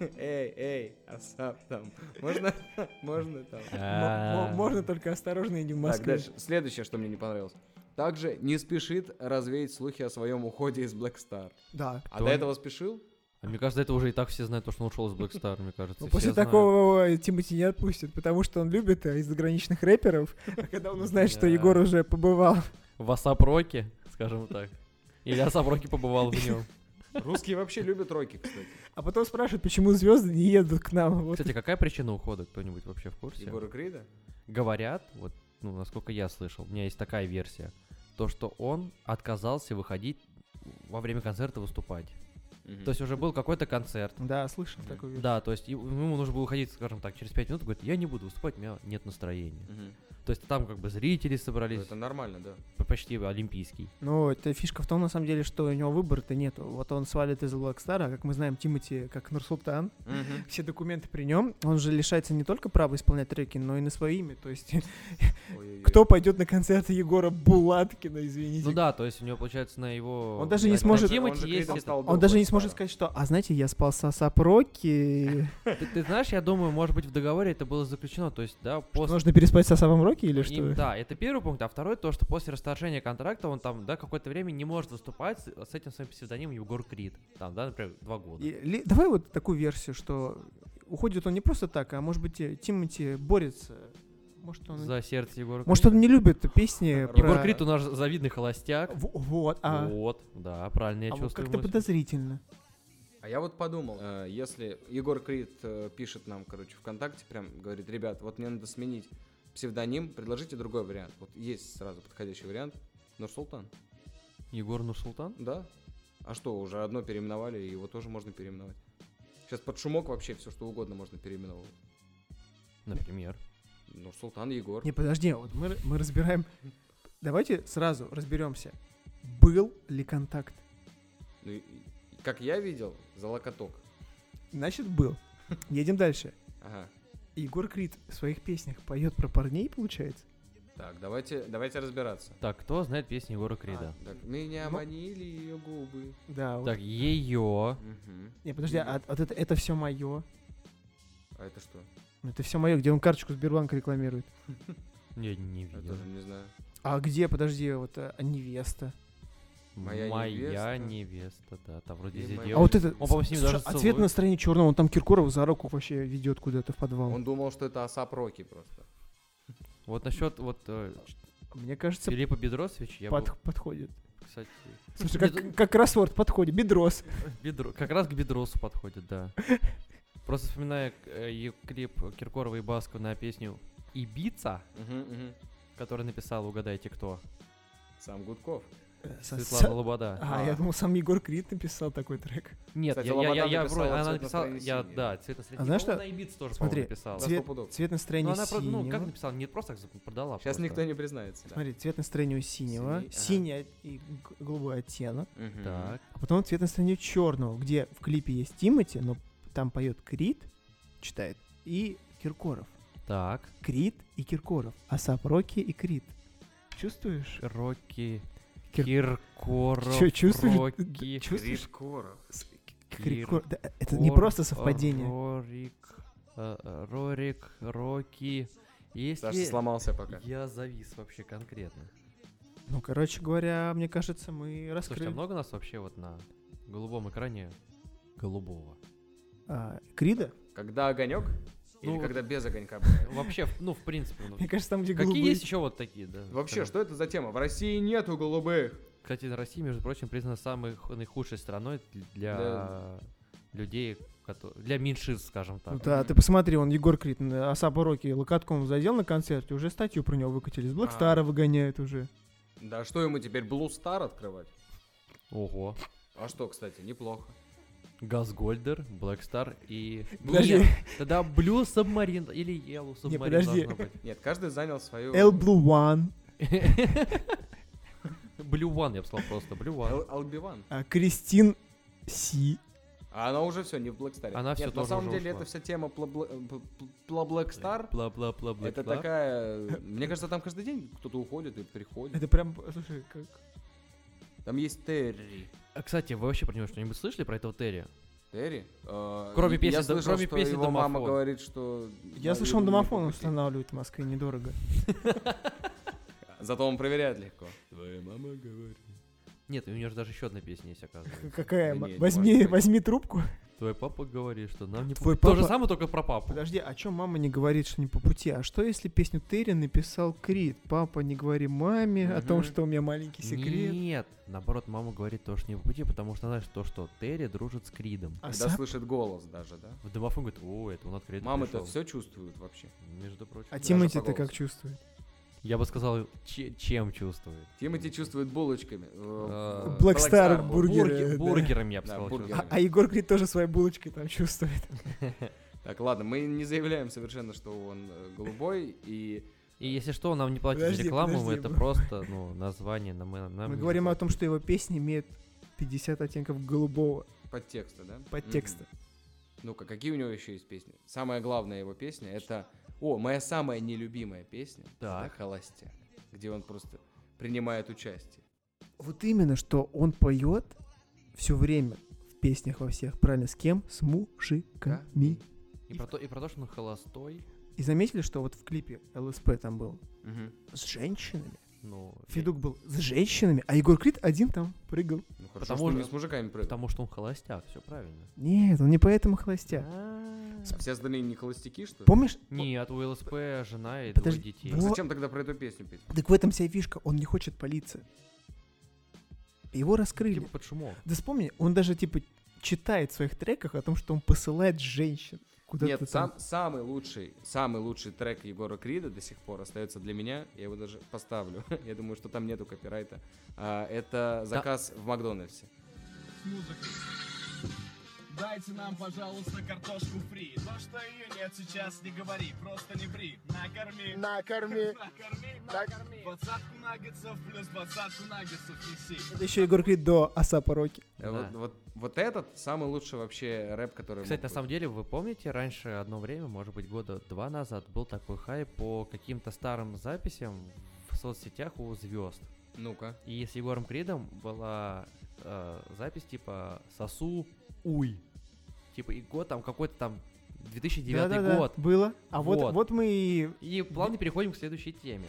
эй, Асап, там, можно, можно там. Можно только осторожно и не в Так, Москве. дальше. Следующее, что мне не понравилось. Также не спешит развеять слухи о своем уходе из Black Star. Да. А Кто? до этого спешил? А мне кажется, это уже и так все знают, то, что он ушел из Black Star, мне кажется. Ну, все после знают. такого Тимати не отпустят, потому что он любит из заграничных рэперов. А когда он узнает, что Да. Егор уже побывал... В Асап Роки, скажем так. Или Асап Роки побывал в нем. Русские вообще любят Рокки, кстати. А потом спрашивают, почему звезды не едут к нам. Вот. Кстати, какая причина ухода? Кто-нибудь вообще в курсе? Егора Крида? Говорят, вот, ну, насколько я слышал, у меня есть такая версия, то, что он отказался выходить во время концерта выступать. Мгм. То есть уже был какой-то концерт. Да, слышал Мгм. такую. Да, то есть ему нужно было уходить, скажем так, через 5 минут, говорит, я не буду выступать, у меня нет настроения. Мгм. То есть там как бы зрители Ну, собрались, это нормально, да. почти олимпийский. Ну, это фишка в том, на самом деле, что у него выбора-то нету. Вот он свалит из Black Star, а как мы знаем, Тимати, как Нурсултан, Мгм. все документы при нем. Он же лишается не только права исполнять треки, но и на свое имя. То есть, Ой-ой-ой. кто пойдет на концерты Егора Булаткина, извините. Ну да, то есть у него, получается, на его... Он даже не на сможет- Тимати Он же есть Кридом это- стал Он до даже не Black сможет Star. сказать, что, а знаете, я спал с Асап Роки. Ты знаешь, я думаю, может быть, в договоре это было заключено, то есть, да, после... Нужно переспать с Асапом Роки или что? Да, это первый пункт, а второй то, что после расторжения контракта он там, да, какое-то время не может выступать с этим своим псевдонимом Егор Крид. Там, да, например, 2 года. Давай вот такую версию, что уходит он не просто так, а может быть Тимати борется. Может, он... За сердце Егора Может, Крида. он не любит песни Егор про... Крид у нас завидный холостяк. Вот, Вот, да, правильно я вот чувствую как-то мысль. подозрительно. А я вот подумал, если Егор Крид пишет нам, короче, ВКонтакте, прям говорит, ребят, вот мне надо сменить псевдоним, предложите другой вариант. Вот есть сразу подходящий вариант. Нурсултан. Егор Нурсултан? Да. А что, уже одно переименовали, и его тоже можно переименовать. Сейчас под шумок вообще все что угодно можно переименовывать. Например. Нурсултан Егор. Не, подожди, вот мы разбираем... Давайте сразу разберемся. Был ли контакт? Ну, как я видел, за локоток. Значит, был. Едем дальше. Ага. Егор Крид в своих песнях поет про парней, получается? Так, давайте разбираться. Так, кто знает песню Егора Крида? Так, меня Ну. манили ее губы. Да. Вот. Так, ее. Мгм. Не, подожди, а вот это все мое. А это что? Это все мое, где он карточку Сбербанка рекламирует. Я не Я видел. тоже не знаю. А где, подожди, вот невеста? Моя невеста, да, там вроде И здесь моя- А вот девушка. это... Он, по-моему, с ним слушай, даже а цвет целует. на стороне черного, он там Киркорова за руку вообще ведет куда-то в подвал. Он думал, что это Асап Роки просто. Вот насчет вот Мне кажется, Филиппа Бедросовича я бы, подходит. кстати... Слушай, как кроссворд подходит. Бедрос. Как раз к Бедросу подходит, да. Просто вспоминая клип Киркорова и Баскова на песню «Ибица», который написал, угадайте кто, Сам Гудков. Светлана Лобода. Я думал, сам Егор Крид написал такой трек. Нет, Кстати, я Лобода вроде, написала она «Цвет написала, настроения синий». да, «Цвет настроения». А знаешь По-моему, что? на Ибице тоже, Смотри, по-моему, написала. Цвет- стопудов. Цвет Ну, настроения она просто, ну, как синего. написала, не просто так продала. Сейчас просто. никто не признается. да. Смотри, цвет настроения у синего, Синий, ага. синий и голубой оттенок. Мгм. Так, А потом цвет настроения у черного, где в клипе есть Тимати, но там поет Крид, читает, и Киркоров. так, Крид и Киркоров. Асап Роки и Крид. Чувствуешь? Рокки, Кир- Киркоров, Чё, чувствуешь? Рокки, Чувствуешь? Кридкоров. Киркор- да, это не просто совпадение. Рорик, Рокки. Саша Если... сломался пока. Я завис вообще конкретно. Ну, короче говоря, мне кажется, мы Слушайте, а раскрыли. много нас вообще вот на голубом экране голубого? Крида? Когда огонек? Ну, Или вот- когда без огонька бывает? Вообще, ну, в принципе. ну, Мне кажется, там, где Какие голубые... есть еще вот такие, да? Вообще, скажем. что это за тема? В России нету голубых. Кстати, Россия, между прочим, признана самой наихудшей страной для людей, для меньшинств, скажем так. Ну да, ты посмотри, он Егор Крид, Асапа Роки локотком задел на концерте, уже статью про него выкатили, с Блэкстара выгоняют уже. Да что ему теперь, Blue Star открывать? Ого. А что, кстати, неплохо. Газгольдер, Блэкстар и... Подожди. Нет, тогда Blue Submarine или Yellow Submarine подожди. должно быть. Нет, каждый занял свою... L Blue One, Blue One, я бы сказал просто, Blue One. Албиван. Кристин Си. А она уже все, не в Blackstar. Она всё Нет, на тоже самом уже деле ушла. это вся тема Blackstar. Бла-бла-бла, Это Blackstar. такая... Мне кажется, там каждый день кто-то уходит и приходит. Это прям, слушай, как... Там есть Терри. А, кстати, вы вообще про него что-нибудь слышали, про этого Терри? Терри? Кроме песни Я «До- слышал, кроме что песни его мама «Домофон». говорит, что... Я да, слышал, он ему не домофон по пути. устанавливает в Москве недорого. Зато он проверяет легко. Нет, у него же даже еще одна песня есть, оказывается. Какая? Да нет, Возьми, может быть. возьми трубку. Твой папа говорит, что нам не Твой по пути. То же папа- самое, только про папу. Подожди, а чё мама не говорит, что не по пути? А что, если песню Терри написал Крид? Папа, не говори маме о том, Мгм. что у меня маленький секрет. Нет, наоборот, мама говорит то, что не по пути, потому что знаешь то, что Терри дружит с Кридом. А Когда Сап- слышит голос даже, да? В домофон говорит, о, это он от Крида Мамы-то пришел». все чувствуют вообще. Между прочим. А да. Тимати по ты как голосу. чувствует? Я бы сказал, чем чувствует. Тимати чувствует булочками. Blackstar Blackstar бургеры. да. Бургерами, я бы Да, сказал. бургерами. чувствует. А Егор Крид тоже своей булочкой там чувствует. Так, ладно, мы не заявляем совершенно, что он голубой, и И если что, нам не платят за Подожди, рекламу, подожди, это бро. просто, ну, название. нам Мы не говорим о заплатят. том, что его песни имеют 50 оттенков голубого подтекста, да? подтекста. Мгм. Ну-ка, какие у него еще есть песни? Самая главная его песня это... О, моя самая нелюбимая песня. Так. Это «Холостяк», где он просто принимает участие. Вот именно, что он поет все время в песнях во всех, правильно, с кем? С мужиками. И про то, что он холостой, И заметили, что вот в клипе ЛСП там был Мгм. с женщинами, ну, Федук был с женщинами, а Егор Крид один там прыгал. Ну хорошо, Потому что что- не с мужиками прыгает. потому что он холостяк, все правильно. Нет, он не поэтому холостяк. Все остальные не холостяки, что ли? Помнишь? Нет, у ЛСП жена и Подожди, двое детей. Так вот. зачем тогда про эту песню петь? Так в этом вся фишка, он не хочет палиться. Его раскрыли. Типа под шумок. Да вспомни, он даже типа читает в своих треках о том, что он посылает женщин куда-то Нет, там. самый лучший трек Егора Крида до сих пор остается для меня. Я его даже поставлю. Я думаю, что там нету копирайта. Это заказ в Макдональдсе. Музыка. Дайте нам, пожалуйста, картошку фри. То, что ее нет сейчас, не говори, просто не ври. Накорми. Накорми. Накорми. 20 наггетсов плюс 20 наггетсов неси. Это еще Егор Крид до Асапа Роки. Да. Вот этот самый лучший вообще рэп, который... Кстати, мог на быть. самом деле, вы помните, раньше одно время, может быть, года 2 назад, был такой хайп по каким-то старым записям в соцсетях у звезд. Ну-ка. И с Егором Кридом была запись типа «Сосу уй». Типа и год там какой-то там 2009 Да-да-да, год. было. А вот, Вот. вот мы и... И плавно переходим к следующей теме.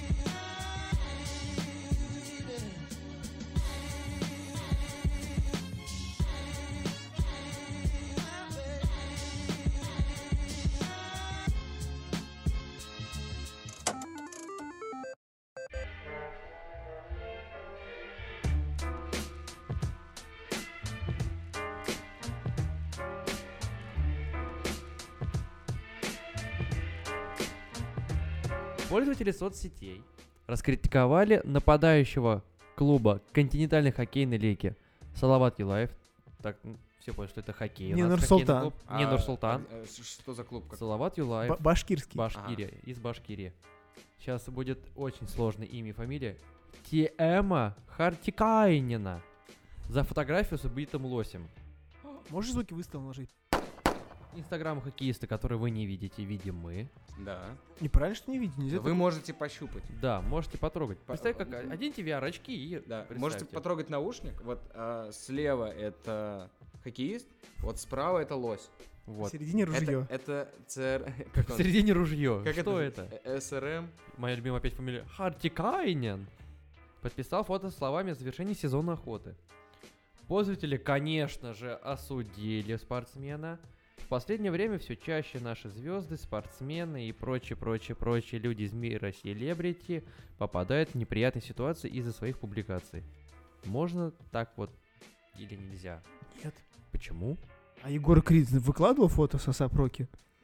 Пользователи соцсетей раскритиковали нападающего клуба континентальной хоккейной лиги Салават Юлаев. Так, все поняли, что это хоккей. у Не нас Нур-Султан. хоккейный клуб. Не Нур-Султан. Что за клуб? Салават Юлаев. Башкирский. Башкирия. Из Башкирии. Сейчас будет очень сложное имя и фамилия. Тиэма Хартикайнена. За фотографию с убитым лосем. Можешь звуки выставил наложить? Инстаграм хоккеиста, который вы не видите, видим мы. Да. Неправильно, что не видите. Нельзя Вы можете пощупать. Да, можете потрогать. Представь, как оденьте VR-очки и Да. представьте. Можете потрогать наушник. Вот слева это хоккеист, вот справа это лось. В Вот. середине ружье. Это ЦР... Как В он? середине ружье. Как Что это? СРМ. Моя любимая опять фамилия. Хартикайнен. Подписал фото с словами завершения сезона охоты. Пользователи, конечно же, осудили спортсмена. В последнее время все чаще наши звезды, спортсмены и прочие люди из мира селебрити попадают в неприятные ситуации из-за своих публикаций. Можно так вот или нельзя? Нет. Почему? А Егор Крид выкладывал фото с Асап Роки?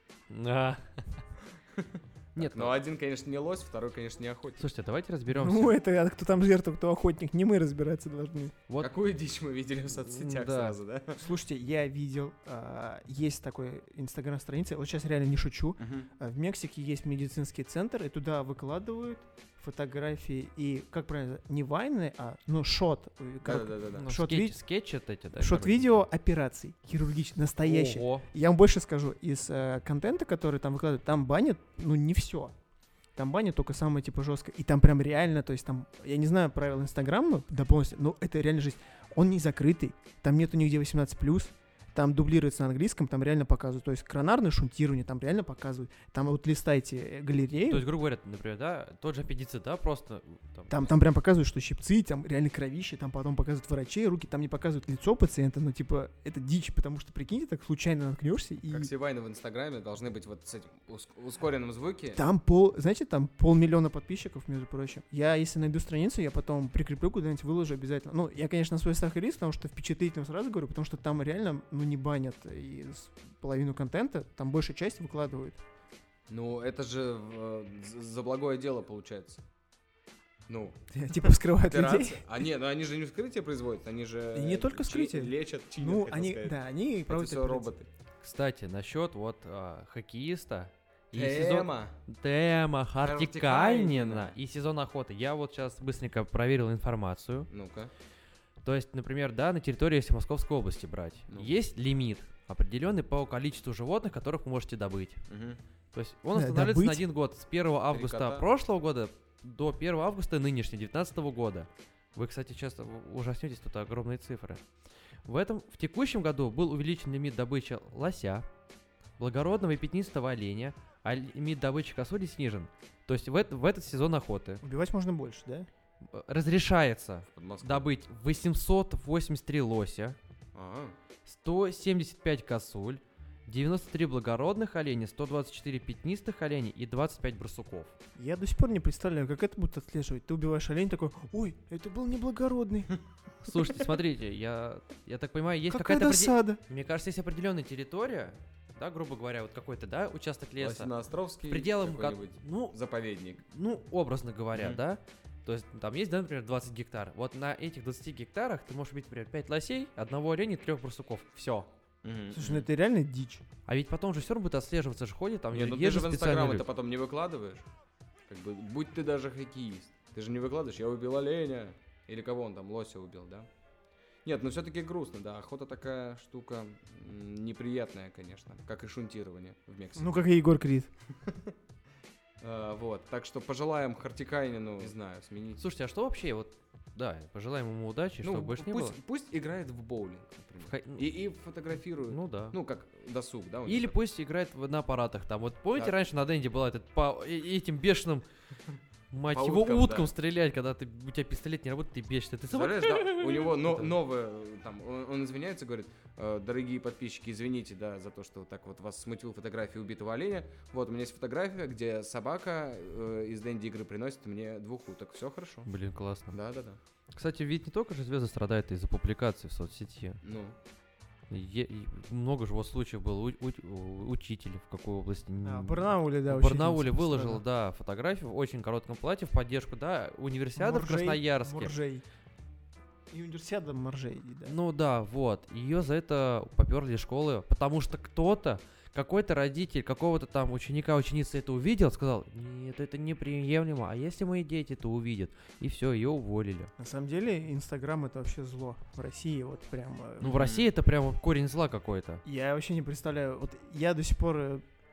Нет, Но один, конечно, не лось, второй, конечно, не охотник. Слушайте, давайте разберемся. Ну, это кто там жертва, кто охотник. Не мы разбираться должны. Вот Какую дичь мы видели в соцсетях Да. сразу, да? Слушайте, я видел, есть такой инстаграм-страница, вот сейчас реально не шучу. В Мексике есть медицинский центр, и туда выкладывают фотографии и, как правильно, не вайны, шот. Да-да-да. ну, шот-ви- скетч эти, да? Шот-видео операций хирургических, настоящих. Ого. Я вам больше скажу, из контента, который там выкладывают, там банят, не все. Там банят только самое, типа, жесткое. И там прям реально, то есть там, я не знаю правил Инстаграма, да полностью, но это реально жизнь. Он не закрытый, там нету нигде 18+, там дублируется на английском, там реально показывают. То есть коронарное шунтирование там реально показывают. Там вот листайте галерею. То есть, грубо говоря, например, да, тот же аппендицит, да, просто... Там прям показывают, что щипцы, там реально кровище, там потом показывают врачей, руки, там не показывают лицо пациента, типа, это дичь, потому что, прикиньте, так случайно наткнешься и... Как все вайны в Инстаграме должны быть вот с этим ускоренным звуке. Там знаете, там 500 000 подписчиков, между прочим. Я, если найду страницу, я потом прикреплю куда-нибудь, выложу обязательно. Ну, я, конечно, на свой страх и риск, потому что впечатлительно сразу говорю, потому что там реально, не банят из половину контента, там большая часть выкладывают. Ну, это же за благое дело получается. Ну, Типа вскрывают операция. людей. Они же не вскрытие производят, они же... И не только вскрытие. Лечат, чинят, Ну, хотел они, сказать. да, они Это проводят все операции. роботы. Кстати, насчет вот хоккеиста и сезон... Тема. Тема Хартикайнена и сезон охоты. Я вот сейчас быстренько проверил информацию. Ну-ка. То есть, например, да, на территории, если Московской области брать, Ну. есть лимит определенный по количеству животных, которых вы можете добыть. Мгм. То есть он Да, останавливается на добыть? 1 год. С 1 августа кота. прошлого года до 1 августа нынешнего, 2019 года. Вы, кстати, часто ужаснетесь, тут огромные цифры. В текущем году был увеличен лимит добычи лося, благородного и пятнистого оленя, а лимит добычи косули снижен. То есть в этот сезон охоты Убивать можно больше, да? разрешается В Подмосковье. добыть 883 лося, А, 175 косуль, 93 благородных оленя, 124 пятнистых оленей и 25 барсуков. Я до сих пор не представляю, как это будет отслеживать. Ты убиваешь олень такой, ой, это был неблагородный. Слушайте, смотрите, я так понимаю, есть Какая какая-то... досада. Мне кажется, есть определенная территория, да, грубо говоря, вот какой-то, да, участок леса. Лосиноостровский В пределах, какой-нибудь ну, заповедник. ну, образно говоря, Мгм. да. То есть там есть, да, например, 20 гектар. Вот на этих 20 гектарах ты можешь убить, например, 5 лосей, 1 оленя и 3 барсуков. Все. Слушай, ну это реально дичь. А ведь потом же все равно будет отслеживаться, же ходит там. Не, ну ты есть же в специальные Инстаграм люди. это потом не выкладываешь. Как бы, будь ты даже хоккеист. Ты же не выкладываешь, я убил оленя. Или кого он там, лося убил, да? Нет, ну все-таки грустно, да. Охота такая штука неприятная, конечно. Как и шунтирование в Мексике. Ну, как и Егор Крид. Вот, так что пожелаем Хартикайнину, не знаю, сменить. Слушайте, а что вообще, вот, да, пожелаем ему удачи, Ну, чтобы больше не было. пусть играет в боулинг, например. И фотографирует. Ну да. Ну, как досуг, да? у Или него пусть играет на аппаратах там. Вот помните, Да. раньше на Денде была этот по этим бешеным, мать По его, уткам, уткам да. стрелять, когда у тебя пистолет не работает, ты бешишься. Ты Представляешь, да, у него Это- новое, там, он извиняется, говорит, дорогие подписчики, извините, да, за то, что вот так вот вас смутил фотография убитого оленя. Вот, у меня есть фотография, где собака из Дэнди игры приносит мне 2 уток. Все хорошо. Блин, классно. Да. Кстати, ведь не только же звезды страдают из-за публикаций в соцсети. Ну, И много же вот случаев было. Учитель в какой области? В Барнауле, да, В Барнауле учительница выложил, пострадала. да, фотографию в очень коротком платье в поддержку, да, универсиада в Моржей, Красноярске. Моржей. И универсиада Моржей, да. Ну да, вот. Ее за это поперли из школы, потому что кто-то, какой-то родитель какого-то там ученика, ученицы это увидел, сказал, нет, это неприемлемо, а если мои дети это увидят? И все, ее уволили. На самом деле, Инстаграм это вообще зло. В России вот прям... Ну в России это прямо корень зла какой-то. Я вообще не представляю. Вот я до сих пор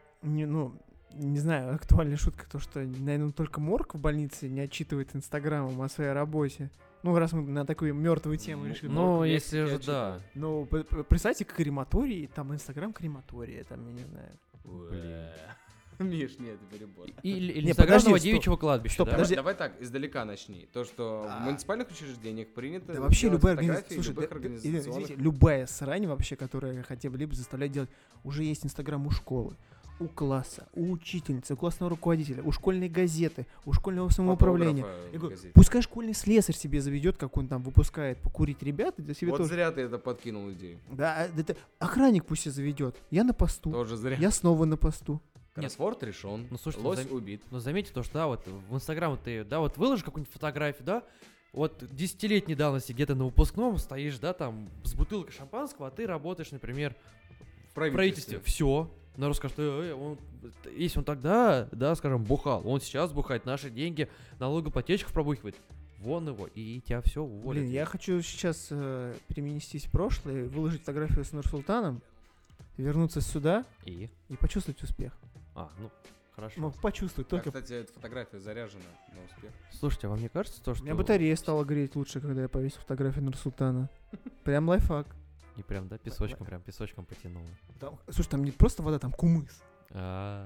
не знаю, актуальная шутка, то, что, наверное, только морг в больнице не отчитывает Инстаграмом о своей работе. Ну, раз мы на такую мертвую тему решили. Ну, Морг если я же, читал. да. Ну, представьте, крематорий, там Инстаграм крематория, там, я не знаю. Блин. Миш, нет, перебор. Или Не, инстаграмного подожди, девичьего кладбища, стоп, да? подожди. Давай так, издалека начни. То, что в муниципальных учреждениях принято Да вообще делать любая фотографии организация, слушай, любых да, организационных... извините, любая срань вообще, которая хотя бы либо заставляет делать, уже есть Инстаграм у школы, у класса, у учительницы, у классного руководителя, у школьной газеты, у школьного самоуправления. фотографа Я в говорю, газете. пускай школьный слесарь себе заведет, как он там выпускает покурить ребят, и для себя Вот тоже. зря ты это подкинул идею. Да, это охранник пусть себе заведет. Я на посту. Тоже зря. Я снова на посту. Кроссворд решен. Ну, слушайте, Лось убит. Но заметьте то, что, да, вот в Инстаграм ты, да, вот выложишь какую-нибудь фотографию, да, вот 10-летней давности где-то на выпускном стоишь, да, там, с бутылкой шампанского, а ты работаешь, например, В в правительстве. Все. Народ скажет, если он тогда, да, скажем, бухал, он сейчас бухает, наши деньги налогоплательщиков пробухивает. Вон его, и тебя все уволят. Блин, я хочу сейчас переместись в прошлое, выложить фотографию с Нурсултаном, вернуться сюда И? и почувствовать успех. Ну, хорошо. Ну, почувствовать Так, только. кстати, эта фотография заряжена на успех. Слушайте, а вам не кажется то, У что... меня батарея стала греть лучше, когда я повесил фотографию Нурсултана. Прям лайфхак. И прям, да, песочком потянуло. Слушай, там не просто вода, там кумыс. А.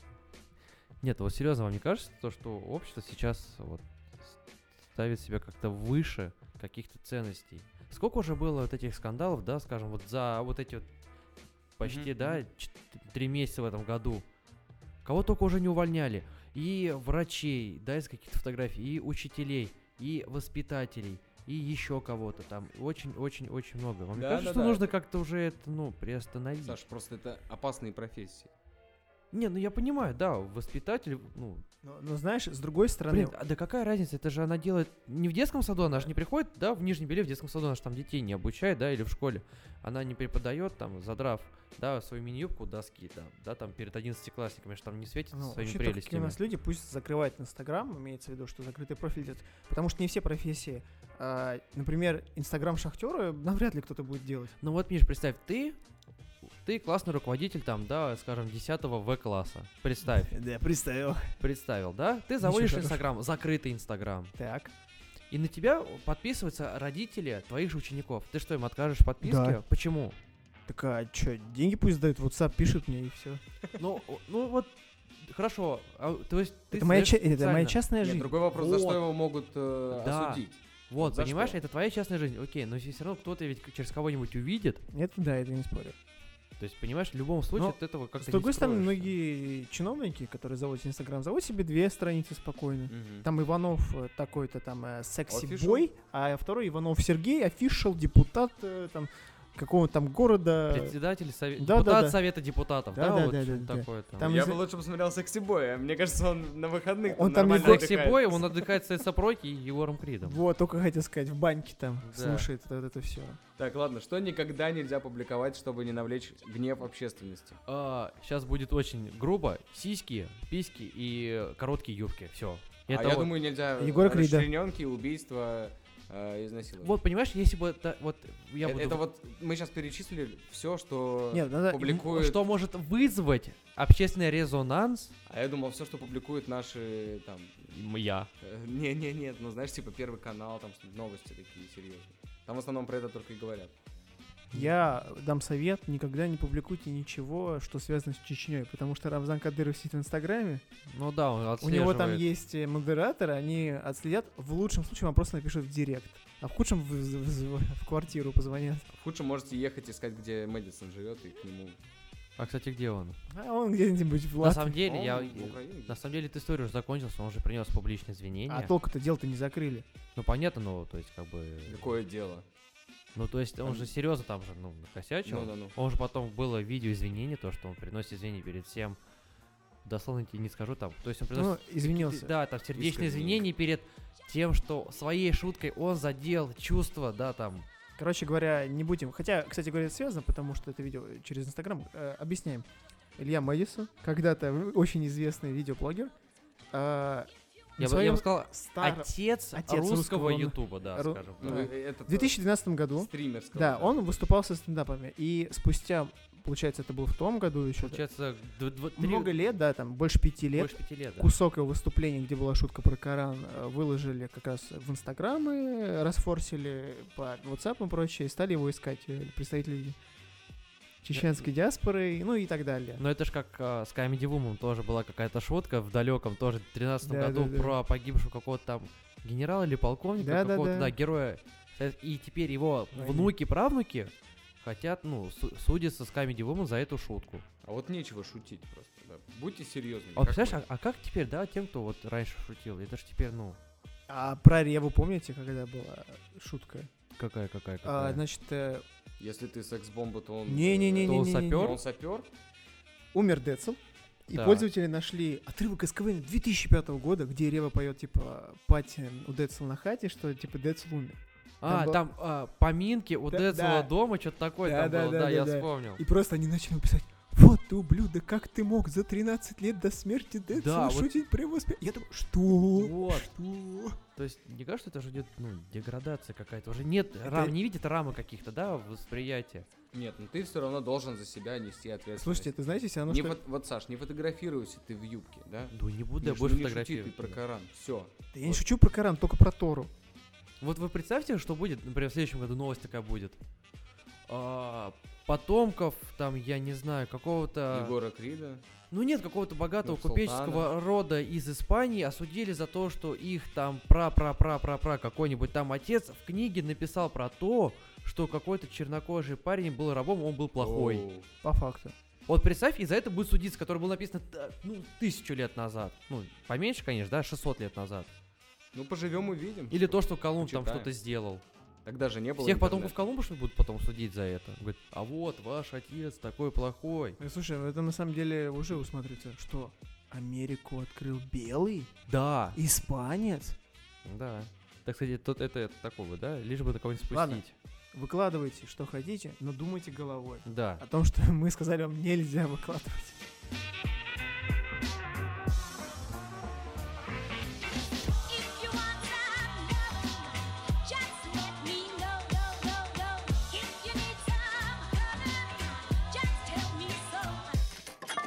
Нет, вот серьезно, вам не кажется то, что общество сейчас вот ставит себя как-то выше каких-то ценностей? Сколько уже было вот этих скандалов, да, скажем, вот за вот эти вот почти, Мгм, да, 3 месяца в этом году? Кого только уже не увольняли. И врачей, да, из каких-то фотографий, и учителей, и воспитателей, и еще кого-то там. Очень-очень-очень много. Вам не Да, кажется, да, что да. нужно как-то уже это, приостановить? Саш, просто это опасные профессии. Не, ну я понимаю, да, воспитатель, Но знаешь, с другой стороны, блин, да какая разница, это же она делает не в детском саду, она же не приходит, да, в Нижнем Беле, в детском саду, она же там детей не обучает, да, или в школе. Она не преподает, там, задрав, да, свою мини-юбку доски, да, там, перед 11-классниками, что там не светит своими вообще, какие у прелестями. нас люди пусть закрывают Инстаграм, имеется в виду, что закрытый профиль делать, потому что не все профессии. Например, Инстаграм шахтера навряд ли кто-то будет делать. Ну вот, Миш, представь, ты классный руководитель, там, да, скажем, 10 В-класса. Представь, Да, представил, да? Ты заводишь хорошего. Инстаграм, закрытый Инстаграм. Так. И на тебя подписываются родители твоих же учеников. Ты что, им откажешь в подписке? Да. Почему? Так а что, деньги пусть дают, WhatsApp пишет мне и все. Ну вот, хорошо. То есть ты Это моя совершенно моя специально- частная Нет, жизнь. другой вопрос, за что Вот. его могут Да. осудить. Вот, За понимаешь, что? это твоя частная жизнь. Окей, но все равно кто-то ведь через кого-нибудь увидит. Это да, это не спорю. То есть, понимаешь, в любом случае Но от этого как-то С не другой стороны, скроешься. многие чиновники, которые заводят Инстаграм, заводят себе 2 страницы спокойно. Мгм. Там Иванов такой-то там Official. секси-бой, а второй Иванов Сергей, офишал, депутат там какого-то там города. Председатель совета, Да, да, депутат да. совета депутатов, Да, да, да, вот да, что-то да, да. такое там. Там Я из- бы лучше посмотрел «Секси Боя». Мне кажется, он на выходных Он там не нормально Секси отдыхает. Бой, он отдыхает с Сопроки и Егором Кридом. Вот, только хотел сказать, в баньке там Да. слушает вот это все. Так, ладно, что никогда нельзя публиковать, чтобы не навлечь гнев общественности? Сейчас будет очень грубо. Сиськи, письки и короткие юбки. Все. А я думаю, нельзя Егора Крида. расчлененки, убийства, изнасилования. Вот, понимаешь, если бы вот я буду... Это вот мы сейчас перечислили все, что Нет, надо... публикует. Что может вызвать общественный резонанс? А я думал, все, что публикуют наши там. Я. Нет, ну знаешь, типа Первый канал, там новости такие серьезные. Там в основном про это только и говорят. Я дам совет, никогда не публикуйте ничего, что связано с Чечней, потому что Рамзан Кадыров сидит в Инстаграме, Ну да, он у отслеживает. него там есть модераторы, они отследят, в лучшем случае вам просто напишут в директ, а в худшем в квартиру позвонят. В худшем можете ехать искать, где Мэдисон живет, и к нему. А, кстати, где он? А он где-нибудь в На Латвии. самом деле, Он в Украине. на самом деле, эта история уже закончилась, он уже принес публичные извинения. А толку-то дело-то не закрыли. Ну, понятно, но, то есть, как бы... Какое дело? Ну, то есть, он же серьезно там же, ну, накосячил. Ну. Он же потом было видео извинений, то, что он приносит извинения перед всем. Дословно тебе не скажу там. То есть он Ну, приносит... извинился. Да, там сердечные Искренне. извинения перед тем, что своей шуткой он задел чувства, да, там. Короче говоря, не будем. Хотя, кстати говоря, это связано, потому что это видео через Инстаграм. Объясняем. Илья Мэдисон, когда-то очень известный видеоблогер. Я бы сказал, старом... отец отец русского русского, ютуба, да, ру- скажем Ну, так. это В 2012 году, стримерского. да, он выступал со стендапами. И спустя, получается, это было в том году еще. Получается, Много лет, да, там больше 5 лет. больше 5 лет, да. Кусок его выступления, где была шутка про Коран, выложили как раз в Инстаграмы, расфорсили по WhatsApp и прочее, и стали его искать представители чеченской диаспоры, ну и так далее. Но это ж как с Comedy Woman тоже была какая-то шутка в далеком тоже 13 Да, году да, да. про погибшего какого-то там генерала или полковника, Да, да, какого-то, да. да, героя. И теперь его Войны. внуки, правнуки хотят, ну, судиться с Comedy Woman за эту шутку. А вот нечего шутить просто, да. Будьте серьезными. А вот как представляешь, мы. а как теперь, да, тем, кто вот раньше шутил? Это ж теперь, ну, А про Реву помните, когда была шутка? какая? Значит, Если ты секс-бомба, то он... не-не-не-не-не-не. То он сапёр? Он сапер? Умер Децл, и Так. пользователи нашли отрывок из КВН 2005 года, где Рева поет, типа, пати у Децл на хате, что, типа, Децл умер. А, был- там поминки у Да, Децла да. дома, что-то такое Да, там да, было, да, да, да, я да. вспомнил. И просто они начали писать: вот ты, ублюдок, как ты мог за 13 лет до смерти Децла Да, вот- шутить про его смерть? Я думаю, что? Вот. Что? То есть, мне кажется, это уже идет, ну, деградация какая-то. Уже нет не видит рамы каких-то, да, восприятия. Нет, ну ты все равно должен за себя нести ответственность. Слушайте, это знаете, все равно, Не что... вот, Саш, не фотографируйся ты в юбке, да? Ну, не буду я Ну, больше не шути фотографировать. ты про Коран, все. Да я не шучу про Коран, только про Тору. Вот вы представьте, что будет, например, в следующем году новость такая будет. Потомков, там, я не знаю, какого-то... Егора Крида. Ну нет, какого-то богатого Нур-Султана. купеческого рода из Испании осудили за то, что их там пра-пра-пра-пра-пра какой-нибудь там отец в книге написал про то, что какой-то чернокожий парень был рабом, он был плохой. Оу. По факту. Вот представь, и за это будет судиться, который был написан, ну, 1000 лет назад. Ну, поменьше, конечно, да, 600 лет назад. Ну, поживем увидим. Или то, что Колумб там Почитаем. что-то сделал. Тогда же не было Всех интернета. потомков Колумба, что ли, будут потом судить за это? Он говорит, а вот ваш отец такой плохой. Слушай, это на самом деле уже усматривается, что Америку открыл белый Да, испанец. да. Так сказать, тут это такого, да? Лишь бы такого не спустить. Ладно. Выкладывайте, что хотите, но думайте головой. Да. О том, что мы сказали вам, нельзя выкладывать. If you want some loving, just let me know. If you need some loving, just tell me so.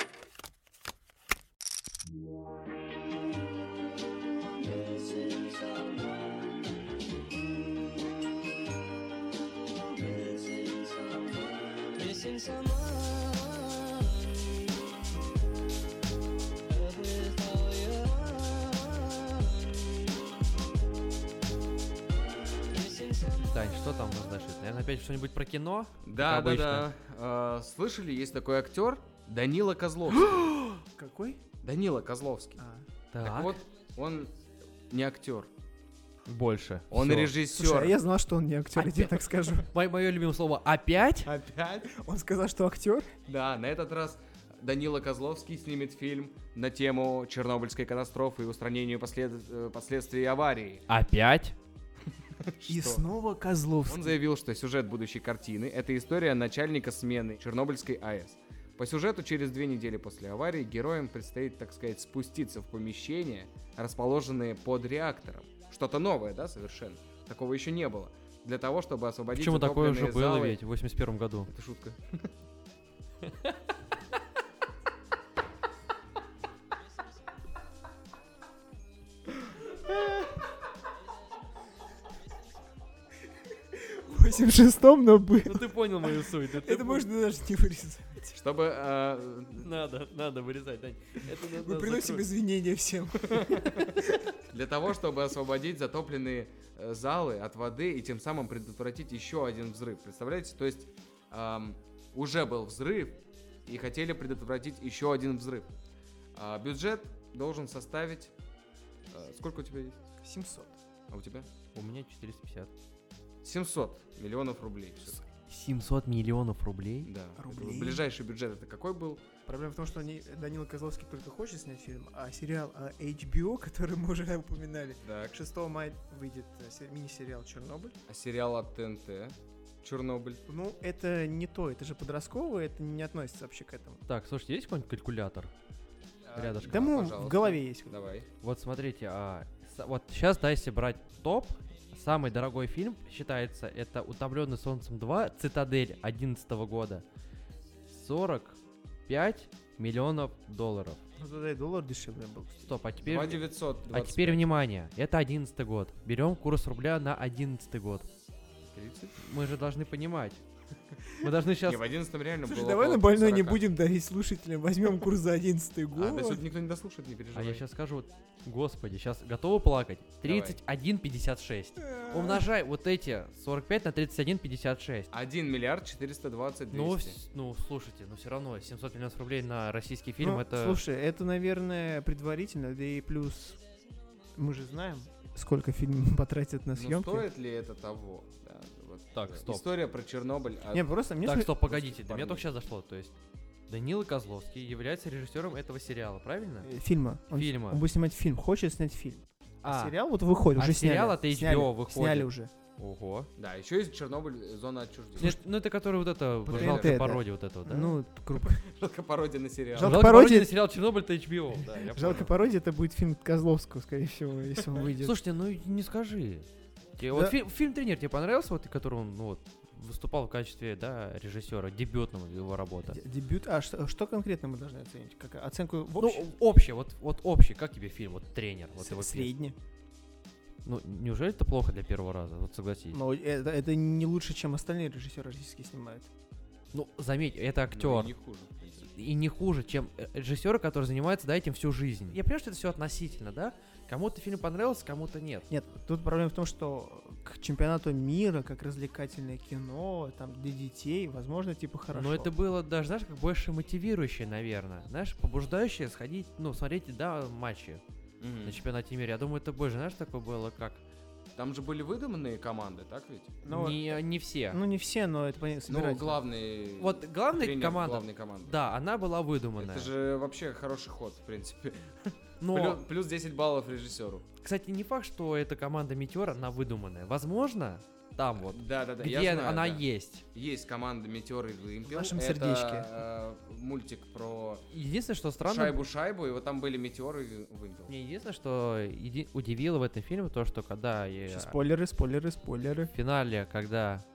Missing someone. Love is all you want. Missing Тань, что там у нас дальше? Наверное, опять что-нибудь про кино? Да, Как да, обычно. да. Слышали, есть такой актер Данила Козловский. Какой? Данила Козловский. Так, Так вот, он не актер, больше. он Всё. режиссер. Слушай, а я знал, что он не актер, я тебе так скажу. Мое любимое слово «опять»? Опять? Он сказал, что актер? Да, на этот раз Данила Козловский снимет фильм на тему Чернобыльской катастрофы и устранению последствий аварии. Опять? И Что? снова Козловский. Он заявил, что сюжет будущей картины — это история начальника смены Чернобыльской АЭС. По сюжету, через 2 недели после аварии героям предстоит, так сказать, спуститься в помещения, расположенные под реактором. Что-то новое, да, совершенно? Такого еще не было. Для того, чтобы освободить Почему такое утопленные уже было залы- ведь в 81 году? Это шутка. В 86-м, но был. Ну ты понял мою суть. Это можно даже не вырезать. Чтобы Надо вырезать, Дань. Мы приносим извинения всем. для того, чтобы освободить затопленные залы от воды и тем самым предотвратить еще один взрыв. Представляете? То есть уже был взрыв и хотели предотвратить еще один взрыв. Бюджет должен составить... сколько у тебя есть? 700. А у тебя? У меня 450. 700 миллионов рублей. всё-таки. 700 миллионов рублей? Да. Рублей? Ближайший бюджет это какой был? Проблема в том, что Данила Козловский только хочет снять фильм, а сериал HBO, который мы уже упоминали, Так. 6 мая выйдет мини-сериал «Чернобыль». А сериал от ТНТ? Чернобыль. Ну, это не то, это же подростковое, это не относится вообще к этому. Так, слушайте, есть какой-нибудь калькулятор? Рядышком. Да, в пожалуйста. голове есть. Давай. Вот смотрите, вот сейчас, да, если брать топ, самый дорогой фильм считается, это «Утомленный солнцем 2. Цитадель» 2011 года. 45 миллионов долларов. Ну, тогда и доллар дешевле был. кстати. Стоп, а теперь... 2925. А теперь внимание, это 11 год. Берем курс рубля на 11 год. 30? Мы же должны понимать. Мы должны сейчас... Не, в 11 реально Слушай, было давай около на больной не 40. будем давить слушателям, возьмем курс за 11 год. А, да сюда никто не дослушает, не А переживай. я сейчас скажу, господи, сейчас готовы плакать? 31,56. Умножай вот эти 45 на 31,56. 1 миллиард 420 200. Ну, слушайте, но все равно 700 миллионов рублей на российский фильм Ну, это... Слушай, это, наверное, предварительно, да и плюс мы же знаем, сколько фильм потратят на Ну, съемки. стоит ли это того? Да, вот, Так, стоп. История про Чернобыль. Не, просто мне Так, сме- стоп, погодите, до парней. меня только сейчас дошло. То есть Данила Козловский является режиссером этого сериала, правильно? фильма. Фильма. Он будет снимать фильм, хочет снять фильм. А, Сериал вот выходит, а уже сериал сняли. от HBO Сняли, выходит. Сняли уже. ого. Да, еще есть Чернобыль, зона отчуждения. Ну, это который вот это, ТНТ, жалкая да. пародия вот этого, да? Ну, группа. Жалко пародия на сериал. Жалко Жалко пародия- пародия на сериал Чернобыль это HBO. Да, я Жалко понял. пародия, это будет фильм Козловского, скорее всего, если он выйдет. Слушайте, ну не скажи. Тебе Да. вот фильм «Тренер» тебе понравился, вот, который он ну, вот, выступал в качестве, да, режиссера, дебютного его работа? Дебют. А что конкретно мы должны оценить? Как оценку в Ну, общем? общий, вот общий, как тебе фильм, вот «Тренер», вот его фильм? Средний. Ну, неужели это плохо для первого раза? Вот согласись. Но это не лучше, чем остальные режиссеры российские снимают. Ну, заметь, это Ну, актер. и не хуже, в принципе. И не хуже, чем режиссеры, которые занимаются, да, этим всю жизнь. Я понимаю, что это все относительно, да? Кому-то фильм понравился, кому-то нет. Нет, тут проблема в том, что к чемпионату мира, как развлекательное кино, там для детей, возможно, типа хорошо. Но это было даже, знаешь, как больше мотивирующее, наверное. Знаешь, побуждающее сходить, ну, смотреть, да, матчи Мгм. на чемпионате мира. Я думаю, это больше, знаешь, такое было как... Там же были выдуманные команды, так ведь? Ну, не все. ну, не все, но это понятно. Ну, собирательно. главный... Вот главная тренер команда, главной команды. да, она была выдуманная. Это же вообще хороший ход, в принципе. Но, Плюс 10 баллов режиссеру. кстати, не факт, что эта команда Метеора, она выдуманная. Возможно, там вот, Да-да-да, где я знаю, она да. есть. Есть команда Метеор и Вымпел. В нашем Это, сердечке. Мультик про Единственное, что странно... шайбу-шайбу, и вот там были Метеор и Вымпел. Мне единственное, что удивило в этом фильме, то, что когда Спойлеры, спойлеры, спойлеры. в финале, когда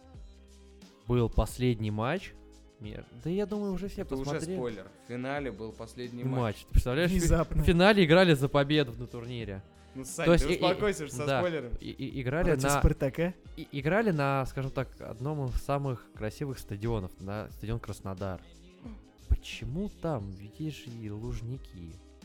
был последний матч, да я думаю, уже все Это уже посмотрели спойлер. В финале был последний матч. матч. Ты представляешь, Внезапно. в финале играли за победу на турнире. Ну, Сань, То есть ты и- успокойся же со да. спойлером. Играли Против на, Спартака. играли на, скажем так, одном из самых красивых стадионов, на стадион Краснодар. Почему там? Ведь есть же и Лужники.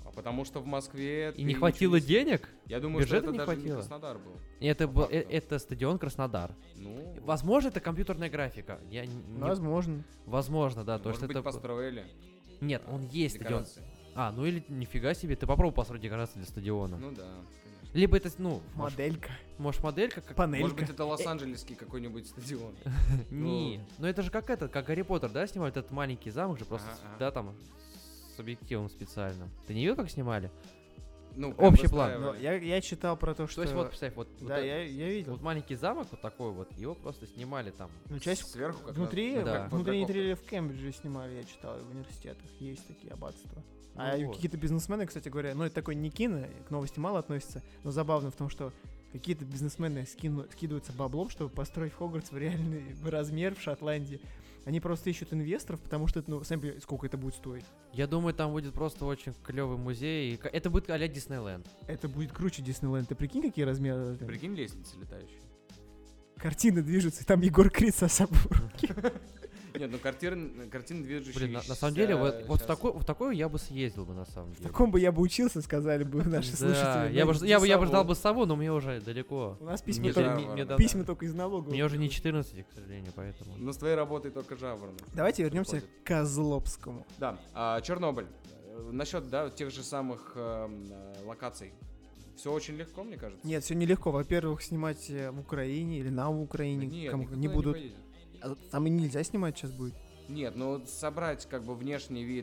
Потому что в Москве... И ты не ничего хватило не- денег? Я думаю, что Бюджета это не даже хватило? не Краснодар был. Это, По факту. это стадион Краснодар. Ну, Возможно, это компьютерная графика. Возможно. Возможно, да. То может есть быть, это... построили Нет, он есть стадион. декорации. А, ну или нифига себе, ты попробуй построить декорации для стадиона. Ну да, конечно. Либо это, ну, Моделька, может моделька как... панелька. Может быть, это Лос-Анджелесский какой-нибудь стадион. Не, ну это же как как Гарри Поттер, да, снимают этот маленький замок же просто, Ага, ага. да, там, с объективом специальным. Ты не видел, как снимали? Ну, Общий план. Но выстраивали. я читал про то, что... То есть вот, представь, вот, Да, вот, я видел. вот маленький замок вот такой вот, его просто снимали там. Ну, часть Сверху как внутри, на- Да. как внутри квадрокоптер. интерьера в Кембридже снимали, я читал, в университетах. Есть такие аббатства. А Ну вот. какие-то бизнесмены, кстати говоря, ну это такой не кино, к новости мало относится, но забавно в том, что какие-то бизнесмены скидываются баблом, чтобы построить Хогвартс в реальный размер в Шотландии. Они просто ищут инвесторов, потому что, ну, сами понимаете, сколько это будет стоить. Я думаю, там будет просто очень клевый музей. Это будет а-ля Диснейленд. Это будет круче Диснейленд. Ты прикинь, какие размеры? Ты прикинь, лестницы летающие. Картины движутся, и там Егор Крид со собой в руке. Нет, ну картины движущиеся. Блин, на самом деле, вот в такой я бы съездил бы, на самом В деле. таком бы я бы учился, сказали бы наши Да, слушатели. я бы Да, я бы сову. ждал бы сову, но мне уже далеко. У нас письма, Мне только, же- мне- да, письма да. только из налогового. Мне уже не 14, к сожалению, поэтому. Ну, с твоей работой только жаворонок. Давайте вернемся Выходит. к Козловскому. Да, Чернобыль. Насчет, да, тех же самых локаций. Все очень легко, мне кажется. Нет, все нелегко. Во-первых, снимать в Украине или на Украине. Нет, кому- никто не туда будут. поедет. А там и нельзя снимать сейчас будет. Нет, ну вот собрать как бы внешний вид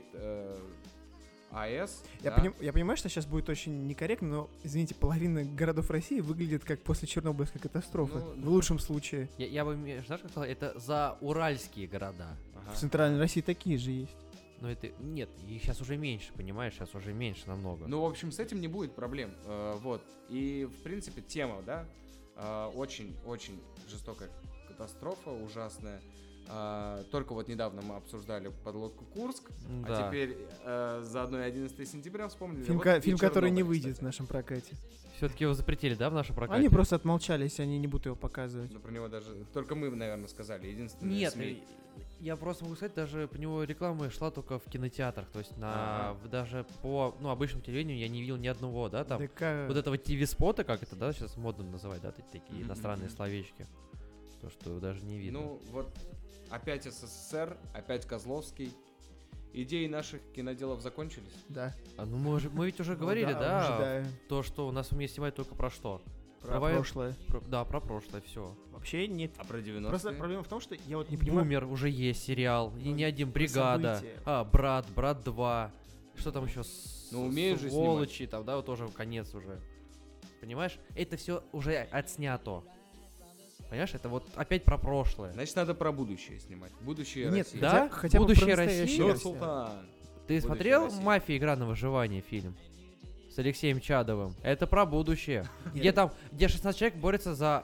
АЭС. Я, да, я понимаю, что сейчас будет очень некорректно, но, извините, половина городов России выглядит как после Чернобыльской катастрофы. Ну, в лучшем случае. Я бы, знаешь, как сказал, это за уральские города. ага. В Центральной России такие же есть. Но это, нет, их сейчас уже меньше, понимаешь, сейчас уже меньше намного. Ну, в общем, с этим не будет проблем. Вот. И, в принципе, тема, да, очень-очень жестокая катастрофа, ужасная. Только вот недавно мы обсуждали подлодку Курск, Да. а теперь заодно и 11 сентября вспомнили. Фильм, вот и фильм который не Чернобыль, выйдет в кстати. нашем прокате. Все-таки его запретили, да, в нашем прокате? Они просто отмолчались, они не будут его показывать. Ну, про него даже... Только мы, наверное, сказали. Единственное Нет, СМИ. я просто могу сказать, даже по него реклама шла только в кинотеатрах, то есть на Ага. даже по обычному телевидению я не видел ни одного, да, там ДК. вот этого ТВ-спота, как это, да, сейчас модно называть, да, такие Мгм, иностранные мгм. словечки, то, что даже не видно. Ну, вот опять СССР, опять Козловский. Идеи наших киноделов закончились. Да. Ну мы ведь уже Ну говорили, да, уже, да, то, что у нас умеет снимать только про что? про Давай- прошлое. Да, про прошлое, все. Вообще нет. А про 90-е? Просто проблема в том, что я вот не понимаю. Бумер уже есть сериал, и Ну, не один, про Бригада, события. Брат 2, что там еще, Ну, умеют же сволочи, там, да, вот тоже конец уже. Понимаешь? Это все уже отснято. Понимаешь, это вот опять про прошлое. Значит, надо про будущее снимать. Будущее Нет, России. Да? хотя бы Будущее про настоящее России? Нур Россия. Султан. Ты Будущее смотрел России. «Мафия. Игра на выживание» фильм? С Алексеем Чадовым. Это про будущее. Нет. Где 16 человек борются за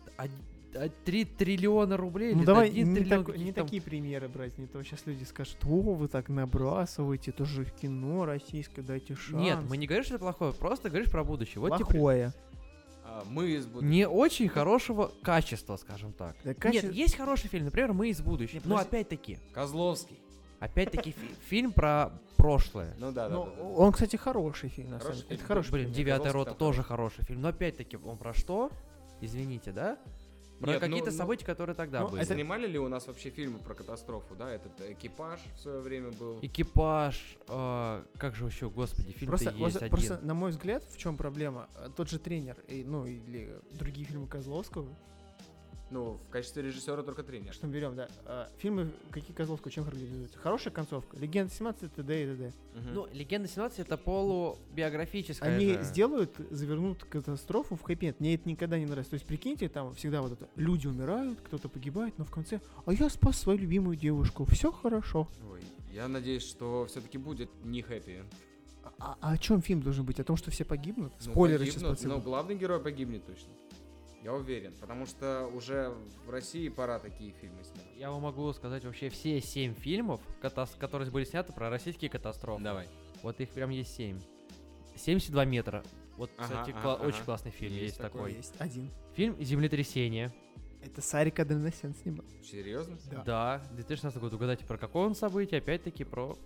3 триллиона рублей. Ну или давай 1 не, триллион не каких-то там. такие примеры брать, не то сейчас люди скажут, о, вы так набрасываете, это же кино российское, дайте шанс. Нет, мы не говорим, что это плохое, просто говоришь про будущее. Вот тебе Плохое. Мы из будущего. не очень хорошего качества, скажем так. Да каче- Нет, есть хороший фильм, например, «Мы из будущего». Нет, Но подожди. Козловский. опять-таки фильм про прошлое. Ну да, да, Ну, да, да. он, кстати, хороший фильм, на самом Хороший деле. фильм. Это хороший Блин, фильм. «Девятая Козловский рота» там тоже хороший фильм. Но опять-таки он про что? Извините, да? Про Нет, ну, какие-то ну, события, которые тогда ну, были. это- Снимали ли у нас вообще фильмы про катастрофу, да? Этот «Экипаж» в свое время был. Экипаж, как же еще, господи, фильм-то Просто, есть один. просто, на мой взгляд, в чем проблема? Тот же тренер, ну, или другие фильмы Козловского, Ну, в качестве режиссера только тренер. что мы берем, да, фильмы, какие Козловского, чем характеризуются? Хорошая концовка, Легенда 17, т.д. и т.д. Мгм. Ну, «Легенда 17» это полубиографическая Они же. сделают, завернут катастрофу в хэппи-энд. Мне это никогда не нравится. То есть, прикиньте, там всегда вот это, люди умирают, кто-то погибает, но в конце, а я спас свою любимую девушку, все хорошо. Ой, я надеюсь, что все-таки будет не хэппи. А о чем фильм должен быть? О том, что все погибнут? Ну, Спойлеры сейчас погибнут, но подсыпу. главный герой погибнет точно. Я уверен, потому что уже в России пора такие фильмы снимать. Я вам могу сказать вообще все 7 фильмов, которые были сняты про российские катастрофы. Давай. Вот их прям есть 7. 72 метра. Вот, Ага, кстати, ага, очень ага. классный фильм есть, Есть такой. такой. Есть один. Фильм «Землетрясение». Это Сарик Аденасян снимал. Серьезно? Да. Да, 2016 год. Угадайте, про какое он событие? Опять-таки про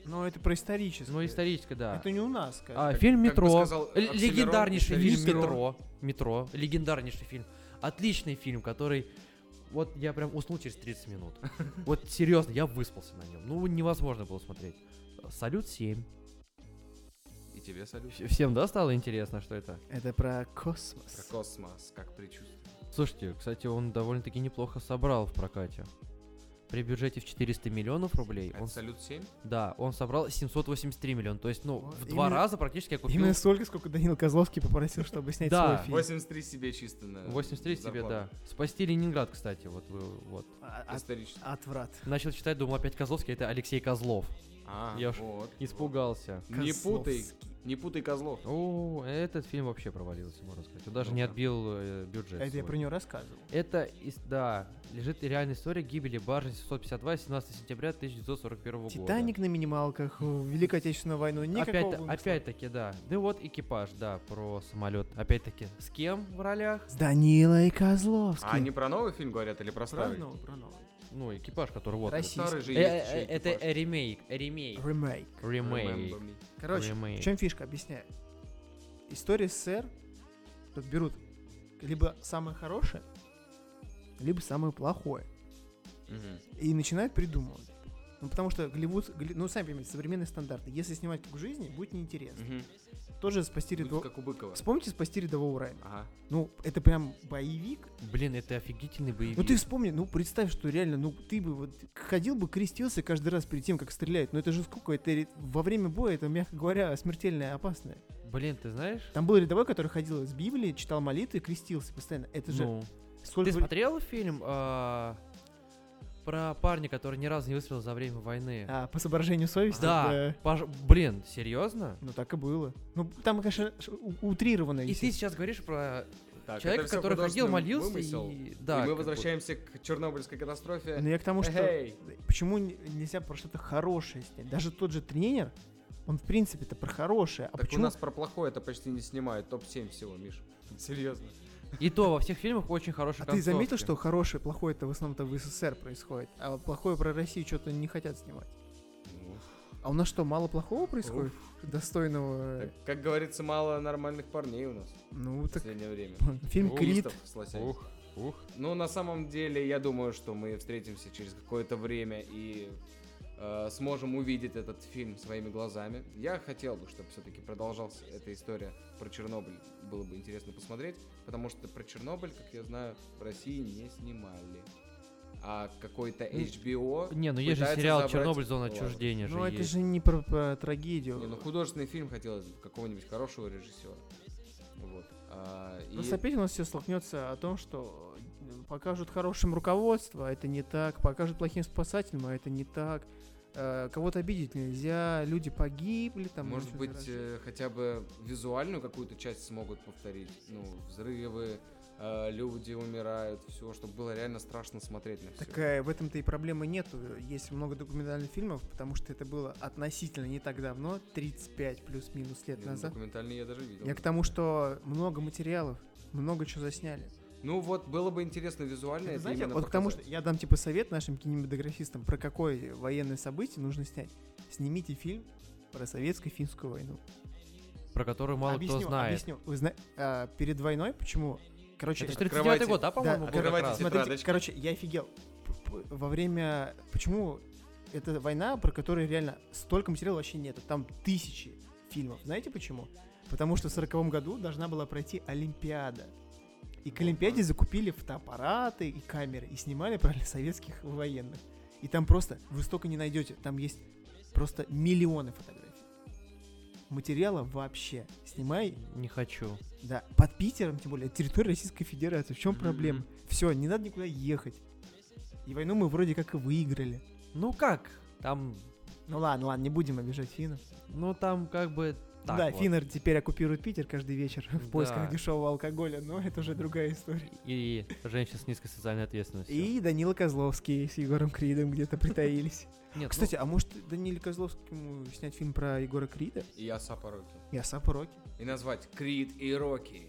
Но это про историческое. Ну, историческое, да. Это не у нас. Фильм как бы «Метро». сказал Оксимирон, Легендарнейший фильм историческое. «Метро». Легендарнейший фильм. Отличный фильм, который... Вот я прям уснул через 30 минут. Вот серьезно, я выспался на нем. Ну, невозможно было смотреть. «Салют 7». И тебе салют. Всем, да, стало интересно, что это? Это про космос. Про космос, как предчувствие. Слушайте, кстати, он довольно-таки неплохо собрал в прокате. При бюджете в 400 миллионов рублей, Это он, салют 7? да, он собрал 783 миллиона. То есть, ну, Вот в 2 именно- раза практически я купил... Именно столько, сколько Данил Козловский попросил, чтобы снять Да. свой фильм. 83 себе чисто на 83 себе, да. зарплату. Спасти Ленинград, кстати, вот вы, вот. Исторически. Отврат. Начал читать, думал, опять Козловский, это Алексей Козлов. Я уж вот. Испугался. Не путай, Козловский. не путай козлов. О, этот фильм вообще провалился, можно сказать. Он даже не Ну-ка. отбил бюджет Это я свой. про него рассказывал. Это, да, лежит реальная история гибели баржи 752 17 сентября 1941 года. Титаник на минималках, Великую Отечественную войну, никакого вымысла. Опять-таки, да. Да вот экипаж, да, про самолет. Опять-таки, с кем в ролях? С Данилой Козловским. А они про новый фильм говорят или про Про старый? новый, про новый. Ну, экипаж, который вот. Российский. Старый же есть еще Это экипаж. ремейк. Ремейк. Ремейк. Remember me. Короче, Ремейк. в чем фишка, объясняю. История СССР тут берут либо самое хорошее, либо самое плохое. Мгм. И начинают придумывать. Ну, потому что Голливуд, ну, сами понимаете, современные стандарты. Если снимать как в жизни, будет неинтересно. Мгм. Тоже «Спасти Будет рядового». как у Быкова. Вспомните «Спасти рядового Райана». Ага. Ну, это прям боевик. Блин, это офигительный боевик. Ну, ты вспомни, ну, представь, что реально, ну, ты бы вот ходил бы, крестился каждый раз перед тем, как стрелять. Ну, это же сколько? Это во время боя, это, мягко говоря, смертельное, опасное. Блин, ты знаешь? Там был рядовой, который ходил с Библией, читал молитвы и крестился постоянно. Это же Ну, сколько... ты смотрел фильм про парня, который ни разу не выстрелил за время войны? По соображению совести? Да. Блин, серьезно? Ну, так и было. Ну, там, конечно, утрированно. И ты сейчас говоришь про Так, человека, это всё который ходил, художественный молился вымысел. и... Да, И мы как бы. возвращаемся к Чернобыльской катастрофе. Ну, я к тому, что... Эй! Почему нельзя про что-то хорошее снять? Даже тот же тренер, он, в принципе, это про хорошее. А Так почему... у нас про плохое это почти не снимают. Топ-7 всего, Миш. Серьезно. И то во всех фильмах очень хорошая А ты заметил, концовка. что хорошее, плохое это в основном-то в СССР происходит, а плохое про Россию что-то не хотят снимать? А у нас что, мало плохого происходит? Достойного... Так, как говорится, мало нормальных парней у нас Ну, в так последнее время. фильм «Крид». Артистов слосясь. Ух. Ну, на самом деле, я думаю, что мы встретимся через какое-то время и сможем увидеть этот фильм своими глазами. Я хотел бы, чтобы все-таки продолжалась эта история про Чернобыль. Было бы интересно посмотреть, потому что про Чернобыль, как я знаю, в России не снимали. А какой-то HBO... Не, ну есть же пытается сериал забрать- «Чернобыль. Зона Ладно. отчуждения» Ну, это есть. же не про трагедию. Не, ну художественный фильм хотелось бы какого-нибудь хорошего режиссера. Вот. Просто опять у нас все столкнется о том, что покажут хорошим руководство, а это не так, покажут плохим спасателям, а это не так. Кого-то обидеть нельзя, люди погибли, там... Может ну, быть, что-то раз. хотя бы визуальную какую-то часть смогут повторить. Ну, взрывы, люди умирают, все, чтобы было реально страшно смотреть на все. Так в этом-то и проблемы нету. Есть много документальных фильмов, потому что это было относительно не так давно, 35 плюс-минус лет назад. Документальный я даже видел. Я к тому, что много материалов, много чего засняли. Ну вот, было бы интересно визуально это Знаете, именно вот к тому, что показать. я дам типа совет нашим кинематографистам, про какое военное событие нужно снять. Снимите фильм про советско-финскую войну. Про которую мало кто знает. Объясню. Вы перед войной, почему? Короче, Это ж Открывайте. 39-й год, да, по-моему, был как открывайте раз? тетрадочки. смотрите, короче, я офигел. Во время... Почему это война, про которую реально столько материала вообще нету? Там тысячи фильмов. Знаете почему? Потому что в 40-м году должна была пройти Олимпиада. И к Олимпиаде закупили фотоаппараты и камеры. И снимали про советских военных. И там просто... Вы столько не найдете. Там есть просто миллионы фотографий. Материала вообще. Снимай. Не хочу. Да, под Питером, тем более, территория Российской Федерации. В чем Мгм. проблема? Все, не надо никуда ехать. И войну мы вроде как и выиграли. Ну как? Там, Ну ладно, не будем обижать финнов. ну там как бы так да, вот. финны теперь оккупируют Питер каждый вечер в поисках Да. дешевого алкоголя, но это уже другая история. И женщин с низкой социальной ответственностью. И Данила Козловский с Егором Кридом где-то притаились. Нет, Кстати, а может Даниле Козловскому снять фильм про Егора Крида И Асапа Роки. и Асапа Роки? И назвать Крид и Рокки.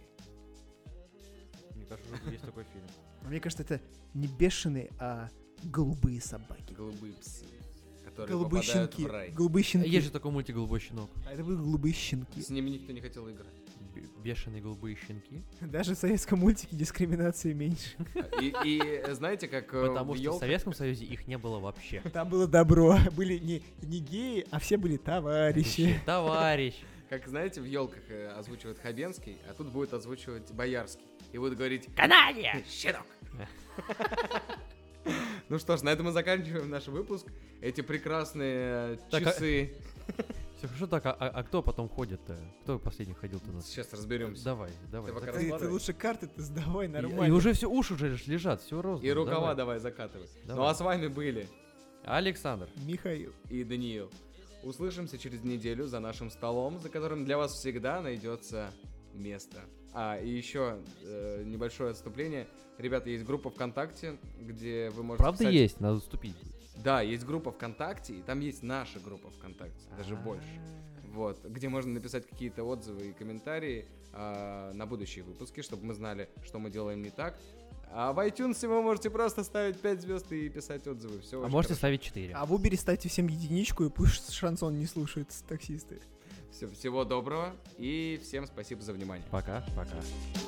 мне кажется, уже есть такой фильм. Мне кажется, это не бешеные, а голубые собаки. Голубые псы, которые Голубые попадают щенки. в рай. Голубые щенки. Есть же такой мультик «Голубой щенок». А это были голубые щенки. С ними никто не хотел играть. Бешеные голубые щенки. Даже в советском мультике дискриминации меньше. И знаете, как Потому в что в «Ёлках» Советском Союзе их не было вообще. Там было добро. Были не геи, а все были товарищи. Товарищ. как знаете, в «Ёлках» озвучивает Хабенский, а тут будет озвучивать Боярский. И будет говорить Каналья! «Щенок!» Ну что ж, на этом мы заканчиваем наш выпуск. Эти прекрасные Так, часы. Все хорошо, так, а кто потом ходит-то? Кто последний ходил-то у нас? Сейчас разберемся. Давай. Ты пока Ты раскладывай. лучше карты-то сдавай И нормально. уже все уши уже лежат, все роздано. И рукава давай закатывай. Давай. Ну а с вами были Александр. Михаил. и Даниил. Услышимся через неделю за нашим столом, за которым для вас всегда найдется место. А, и еще небольшое отступление. Ребята, есть группа ВКонтакте, где вы можете Правда писать- есть, надо уступить. Да, есть группа ВКонтакте, и там есть наша группа ВКонтакте, даже больше. Вот, где можно написать какие-то отзывы и комментарии на будущие выпуски, чтобы мы знали, что мы делаем не так. А в iTunes вы можете просто ставить 5 звезд и писать отзывы. Все А можете ставить 4. А в Uber ставьте всем единичку, и пусть шансон не слушают таксисты. Всего доброго и всем спасибо за внимание. Пока.